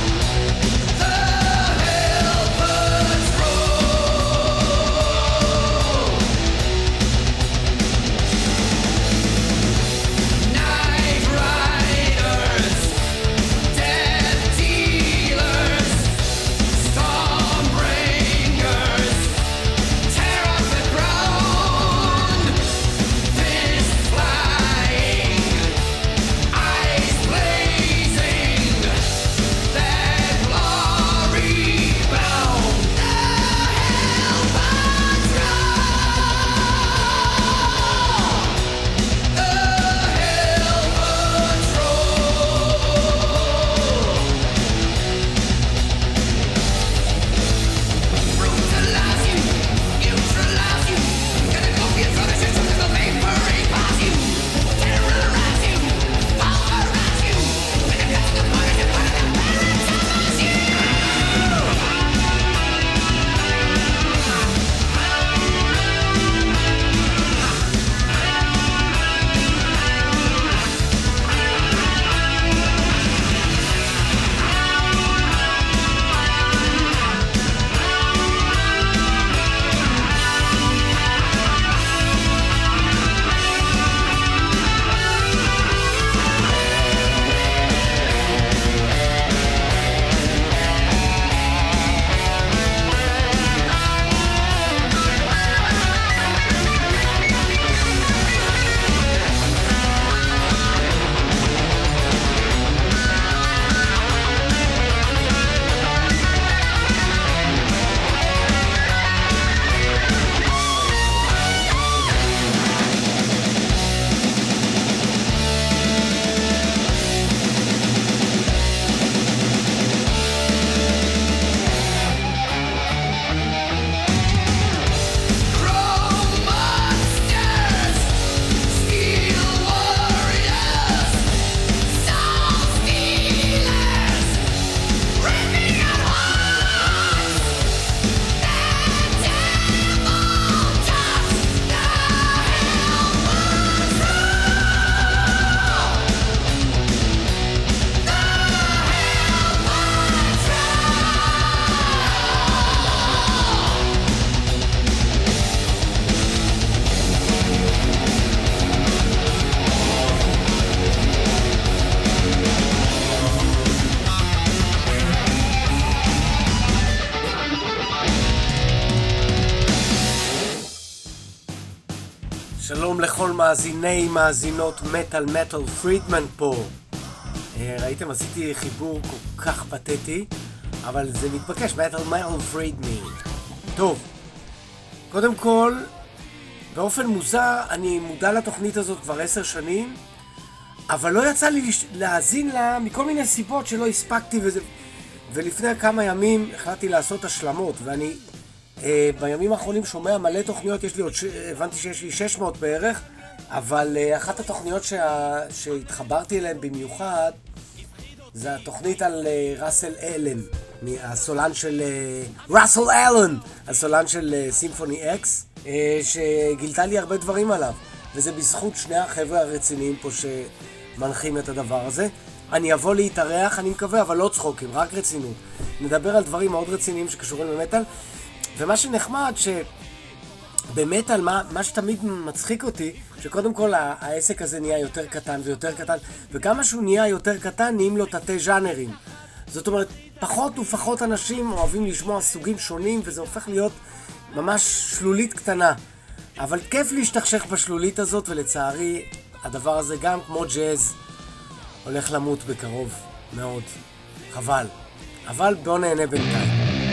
שלום לכל מאזיני, מאזינות מטל מטל, פרידמן פה. ראיתם, עשיתי חיבור כל כך פתטי, אבל זה מתבקש, מטל מטל פרידמן. טוב, קודם כל, באופן מוזר, אני מודע לתוכנית הזאת כבר עשר שנים, אבל לא יצא לי להאזין לה מכל מיני סיבות שלא הספקתי, וזה... ולפני כמה ימים החלטתי לעשות השלמות, ואני אה, בימים האחרונים שומע מלא תוכניות, יש לי עוד, ש... הבנתי שיש לי שש מאות בערך, אבל אה, אחת התוכניות שה... שהתחברתי אליהן במיוחד, זה התוכנית על אה, ראסל אלן, הסולן של... אה, ראסל אלן, הסולן של אה, סימפוני אקס, אה, שגילתה לי הרבה דברים עליו, וזה בזכות שני החבר'ה הרציניים פה שמנחים את הדבר הזה. אני אבוא להתארח, אני מקווה, אבל לא צחוקים, רק רצינות. נדבר על דברים מאוד רציניים שקשורים למטל, ומה שנחמד שבמטל, מה, מה שתמיד מצחיק אותי, שקודם כל העסק הזה נהיה יותר קטן ויותר קטן, וכמה שהוא נהיה יותר קטן, נהיים לו תתי ז'אנרים. זאת אומרת, פחות ופחות אנשים אוהבים לשמוע סוגים שונים, וזה הופך להיות ממש שלולית קטנה. אבל כיף להשתכשך בשלולית הזאת, ולצערי, הדבר הזה גם כמו ג'אז, הולך למות בקרוב מאוד. חבל. אבל בוא נהנה בינתיים.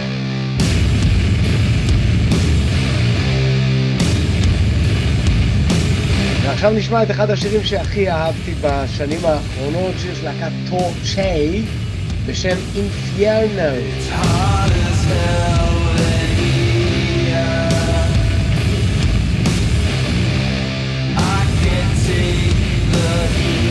ועכשיו נשמע את אחד השירים שהכי אהבתי בשנים האחרונות, שיש להקת טורצ'יי בשם אינפיירנו. It's hot as hell in here. I can't take the heat.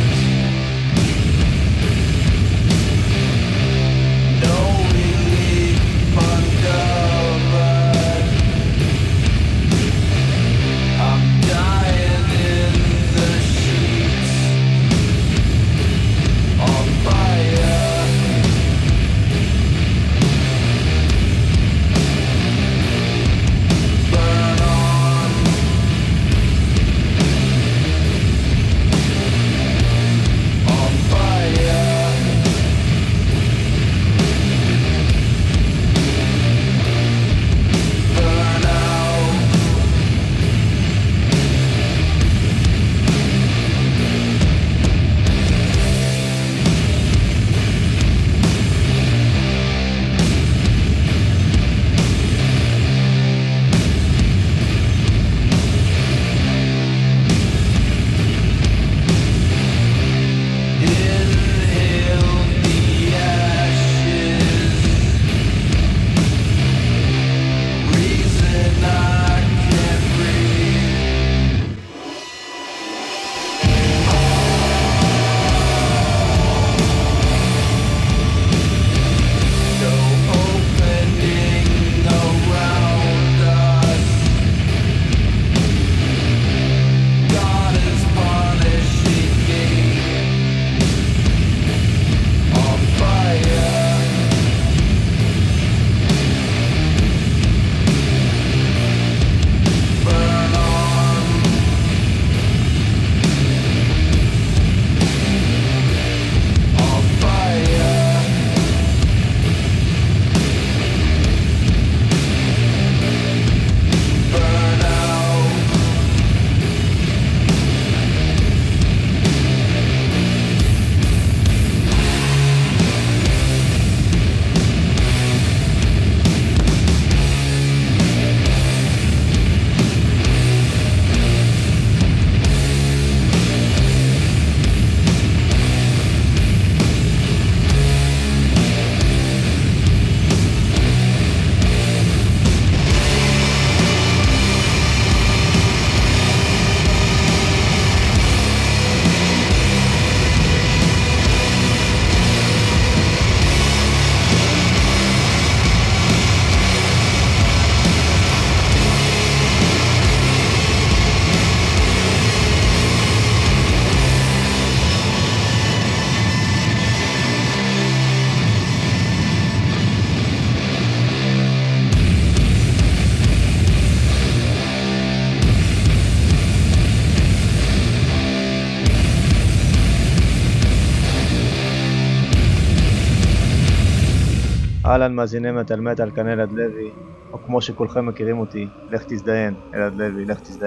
אהלן מאזיני מטל מטל, כאן אלעד לוי, או כמו שכולכם מכירים אותי, לך תזדיין, אלעד לוי, לך תזדיין.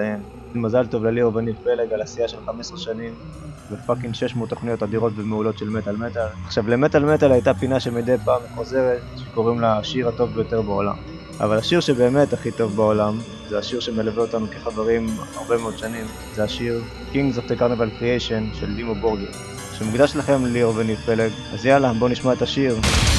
מזל טוב לליאור וניב פלג על עשייה של חמש עשרה שנים ופאקינג שש מאות תוכניות אדירות ומעולות של מטל מטל. עכשיו, למטל מטל הייתה פינה שמדי פעם חוזרת שקוראים לה השיר הטוב ביותר בעולם. אבל השיר שבאמת הכי טוב בעולם זה השיר שמלווה אותנו כחברים הרבה מאוד שנים. זה השיר Kings of the Carnival Creation של דימו בורגר, שמוקדש לכם ליאור וניב פלג. אז יאללה, בואו נשמע את השיר.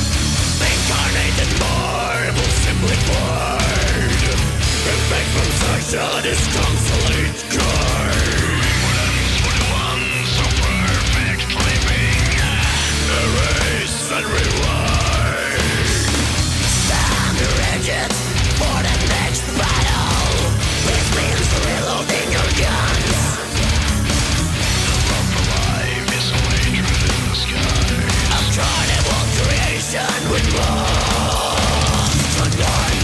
That is consolate kind. One so perfect claiming erase and rewind. Stand rigid for the next battle. This means reloading your guns. Love for life is so hatred in the sky. I'm carnival creation with love for none.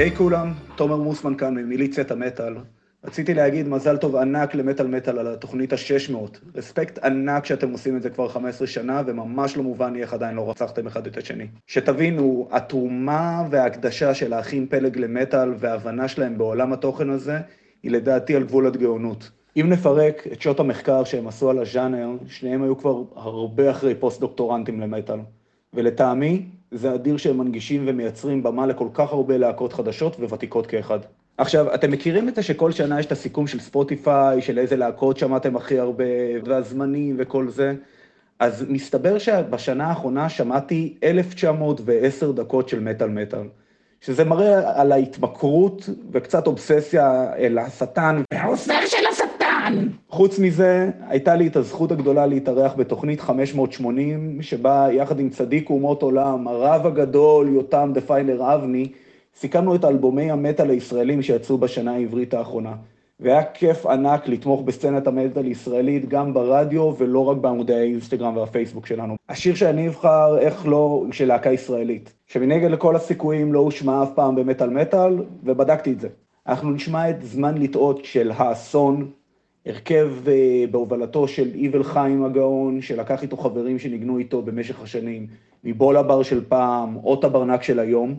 היי כולם, תומר מוסמן כאן ממיליציית המטל. רציתי להגיד מזל טוב ענק למטל מטל על התוכנית ה-שש מאות. רספקט ענק שאתם עושים את זה כבר חמש עשרה שנה, וממש לא מובן לי איך עדיין לא רצחתם אחד את השני. שתבינו, התרומה וההקדשה של האחים פלג למטל וההבנה שלהם בעולם התוכן הזה, היא לדעתי על גבול הגאונות. אם נפרק את שעות המחקר שהם עשו על הז'אנר, שניהם היו כבר הרבה אחרי פוסט-דוקטורנטים למטל. ולטעמי, זה אדיר שהם מנגישים ומייצרים במה לכל כך הרבה להקות חדשות וותיקות כאחד. עכשיו, אתם מכירים את זה שכל שנה יש את הסיכום של ספוטיפיי, של איזה להקות שמעתם הכי הרבה, והזמנים וכל זה? אז מסתבר שבשנה האחרונה שמעתי אלף תשע מאות ועשר דקות של מטל מטל, שזה מראה על ההתמכרות וקצת אובססיה אל השטן. והעושר של השטן! חוץ מזה, הייתה לי את הזכות הגדולה להתארח בתוכנית חמש מאות ושמונים, שבה יחד עם צדיק אומות עולם, הרב הגדול, יותם דפיילר אבני, סיכמנו את אלבומי המטל הישראלים שיצאו בשנה העברית האחרונה. והיה כיף ענק לתמוך בסצנת המטל הישראלית גם ברדיו ולא רק בעמודי האינסטגרם והפייסבוק שלנו. השיר שאני אבחר, איך לא, של להקה ישראלית, שמנגד לכל הסיכויים לא הושמע אף פעם במטל מטל, ובדקתי את זה. אנחנו נשמע את זמן לטעות של האסון, הרכב בהובלתו של איבל חיים הגאון, שלקח איתו חברים שניגנו איתו במשך השנים, מבולה בר של פעם, אותה ברנק של היום,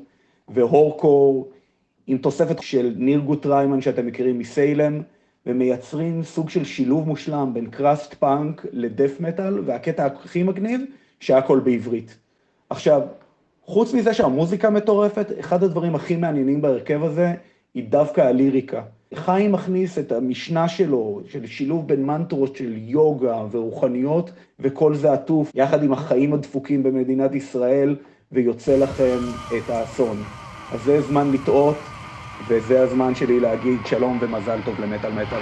והורקור, עם תוספת של ניר גוטריימן שאתם מכירים מסיילם, ומייצרים סוג של שילוב מושלם בין קראסט פאנק לדף מטל, והקטע הכי מגניב, שהכל בעברית. עכשיו, חוץ מזה שהמוזיקה מטורפת, אחד הדברים הכי מעניינים בהרכב הזה, היא דווקא הליריקה. חיים מכניס את המשנה שלו, של שילוב בין מנטרות של יוגה ורוחניות, וכל זה עטוף, יחד עם החיים הדפוקים במדינת ישראל, ויוצא לכם את האסון. אז זה זמן לטעות, וזה הזמן שלי להגיד שלום ומזל טוב למטל מטל.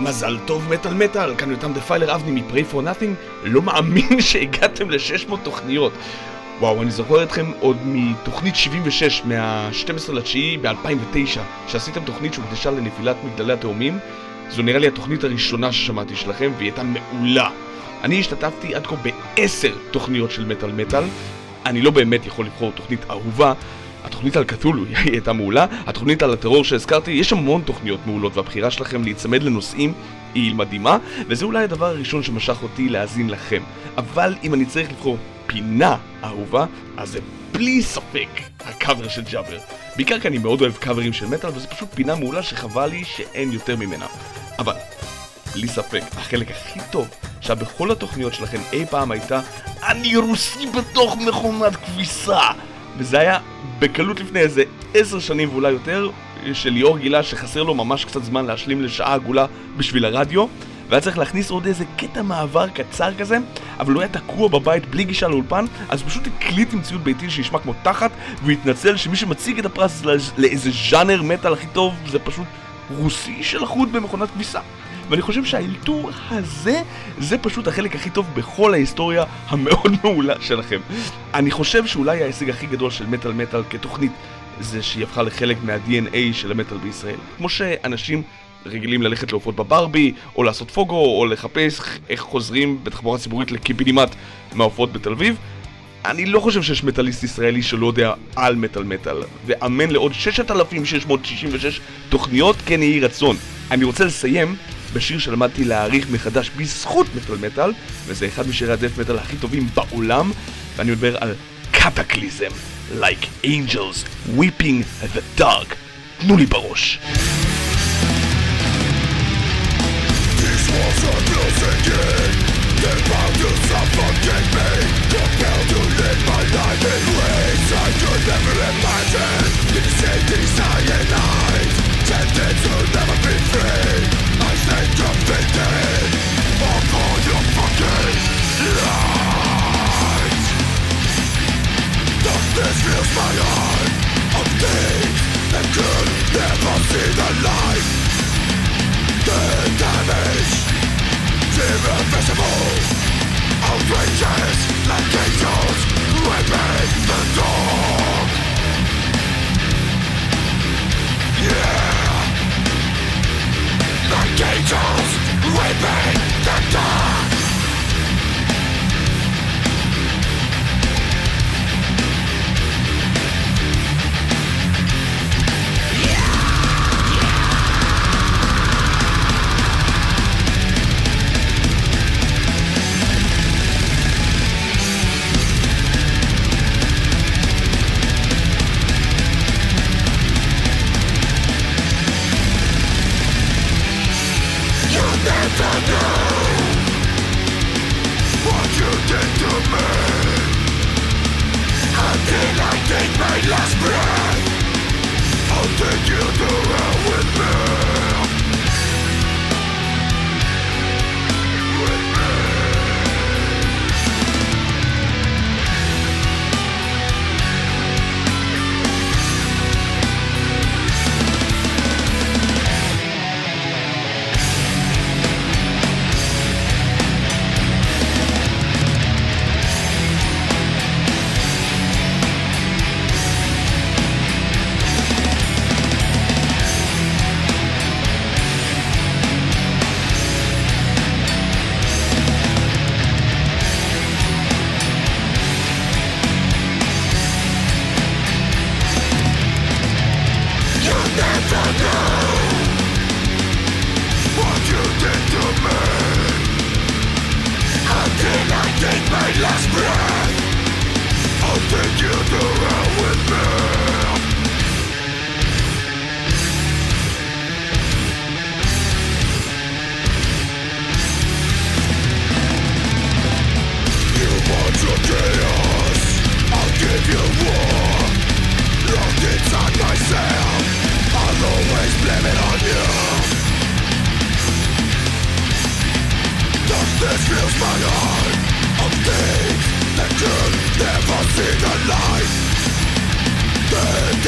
מזל טוב מטל מטל, כאן יותם דפיילר אבני מ-Pray for Nothing. לא מאמין שהגעתם ל-שש מאות תוכניות. וואו, אני זוכר אתכם עוד מתוכנית שבעים ושש, מה-שנים עשר לתשיעי ב-אלפיים ותשע, שעשיתם תוכנית שהוקדשה לנפילת מגדלי התאומים. זו נראה לי התוכנית הראשונה ששמעתי שלכם, והיא הייתה מעולה. אני השתתפתי עד כה בעשר תוכניות של מטל מטל. אני לא באמת יכול לבחור תוכנית אהובה. התוכנית על קתולו היא הייתה מעולה, התוכנית על הטרור שהזכרתי, יש המון תוכניות מעולות, והבחירה שלכם להיצמד לנושאים היא מדהימה, וזה אולי הדבר הראשון שמשך אותי להאזין לכם. אבל אם אני צריך לבחור פינה אהובה, אז זה בלי ספק הקאבר של ג'אבר. בעיקר כי אני מאוד אוהב קאברים של מטל, וזה פשוט פינה מעולה שחבל לי שאין יותר ממנה. אבל בלי ספק, החלק הכי טוב שהיה בכל התוכניות שלכם אי פעם הייתה אני רוסי בתוך מכונת כביסה. וזה היה בקלות לפני איזה עשר שנים ואולי יותר, של ליאור גילה שחסר לו ממש קצת זמן להשלים לשעה עגולה בשביל הרדיו, והיה צריך להכניס עוד איזה קטע מעבר קצר כזה, אבל הוא היה תקוע בבית בלי גישה לאולפן, אז פשוט הקליט עם ציוד ביתי שנשמע כמו תחת, והוא התנצל שמי שמציג את הפרס לאיזה ז'אנר מטל הכי טוב זה פשוט רוסי שלחוד במכונת כביסה. ואני חושב שהאלתור הזה זה פשוט החלק הכי טוב בכל ההיסטוריה המאוד מעולה שלכם. אני חושב שאולי ההישג הכי גדול של מטל מטל כתוכנית זה שהיא הפכה לחלק מה-די אן איי של המטל בישראל. כמו שאנשים רגילים ללכת להופעות בברבי, או לעשות פוגו, או לחפש איך חוזרים בתחבורה ציבורית לקיבינימט מההופעות בתל אביב, אני לא חושב שיש מטליסט ישראלי שלא יודע על מטל מטל, ואמן לעוד ששת אלפים שש מאות שישים ושש תוכניות, כן יהי רצון. אני רוצה לסיים בשיר שלמדתי להעריך מחדש בזכות מטל מטל, וזה אחד משירי הדף מטל הכי טובים בעולם, ואני מדבר על קטקליזם, like angels weeping at the dark. תנו לי בראש. These walls are built again, they're bound to suffocate me, compelled to live my life in ways I could never imagine. These eighties cyanide, tempted to never be free, I stay convicted of all your fucking lies. Darkness fills my heart of things that could never see the light. The damage, irreversible, outrageous, like angels weeping the dawn. Yeah, like angels weeping the dawn. Never know what you did to me until I take my last breath. I'll take you to hell with me. With me.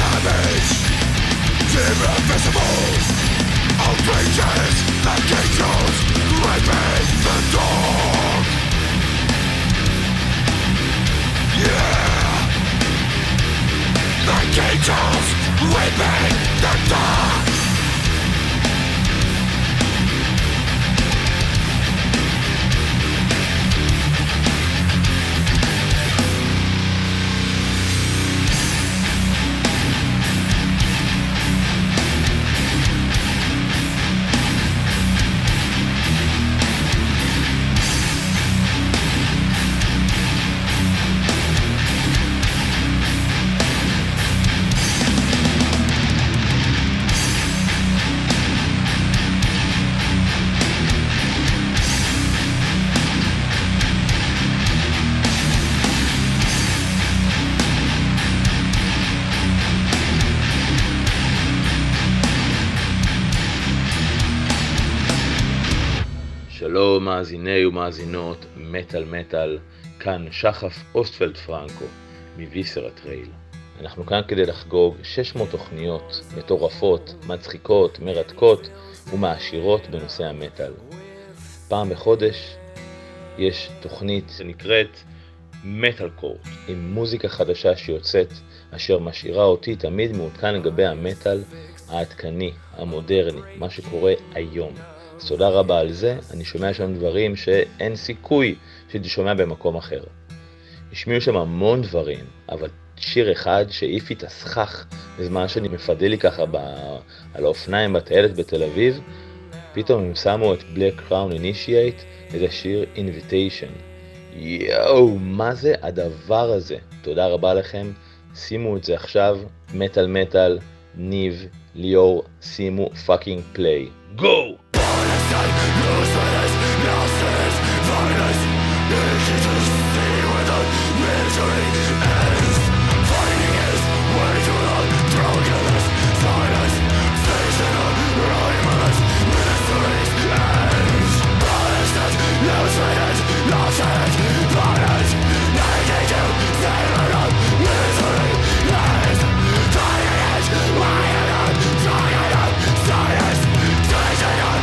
Irreversible, outrageous, like angels. שלום מאזיני ומאזינות מטל מטל, כאן שחף אוסטפלד פרנקו מוויסרה טרייל. אנחנו כאן כדי לחגוג שש מאות תוכניות מטורפות, מצחיקות, מרתקות ומעשירות בנושא המטל. פעם בחודש יש תוכנית שנקראת מטל קורט, עם מוזיקה חדשה שיוצאת, אשר משאירה אותי תמיד מעודכן לגבי המטל העדכני, המודרני, מה שקורה היום. אז תודה רבה על זה, אני שומע שם דברים שאין סיכוי שתשומע במקום אחר. השמיעו שם המון דברים, אבל שיר אחד שהעיף את הסכך בזמן שאני מפדל לי ככה ב... על האופניים בטיילת בתל אביב, פתאום הם שמו את Black Crown Initiate, את השיר Invitation. יואו, מה זה הדבר הזה? תודה רבה לכם, שימו את זה עכשיו, מטל מטל, ניב, ליאור, שימו פאקינג פליי. גו! Science,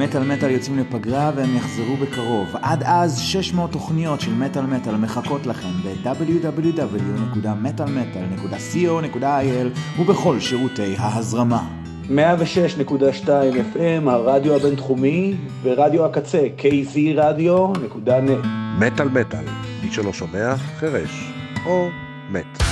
מטל מטל יוצאים לפגרה והם יחזרו בקרוב. עד אז שש מאות תוכניות של מטל מטל מחכות לכם ב-דאבליו דאבליו דאבליו נקודה מטל מטל נקודה סי או נקודה איי אל ובכל שירותי ההזרמה. מאה ושש נקודה שתיים אף אם, הרדיו הבינתחומי, ורדיו הקצה, קיי זי רדיו נקודה נט. מטל מטל, מי שלא שומע, חרש או מת.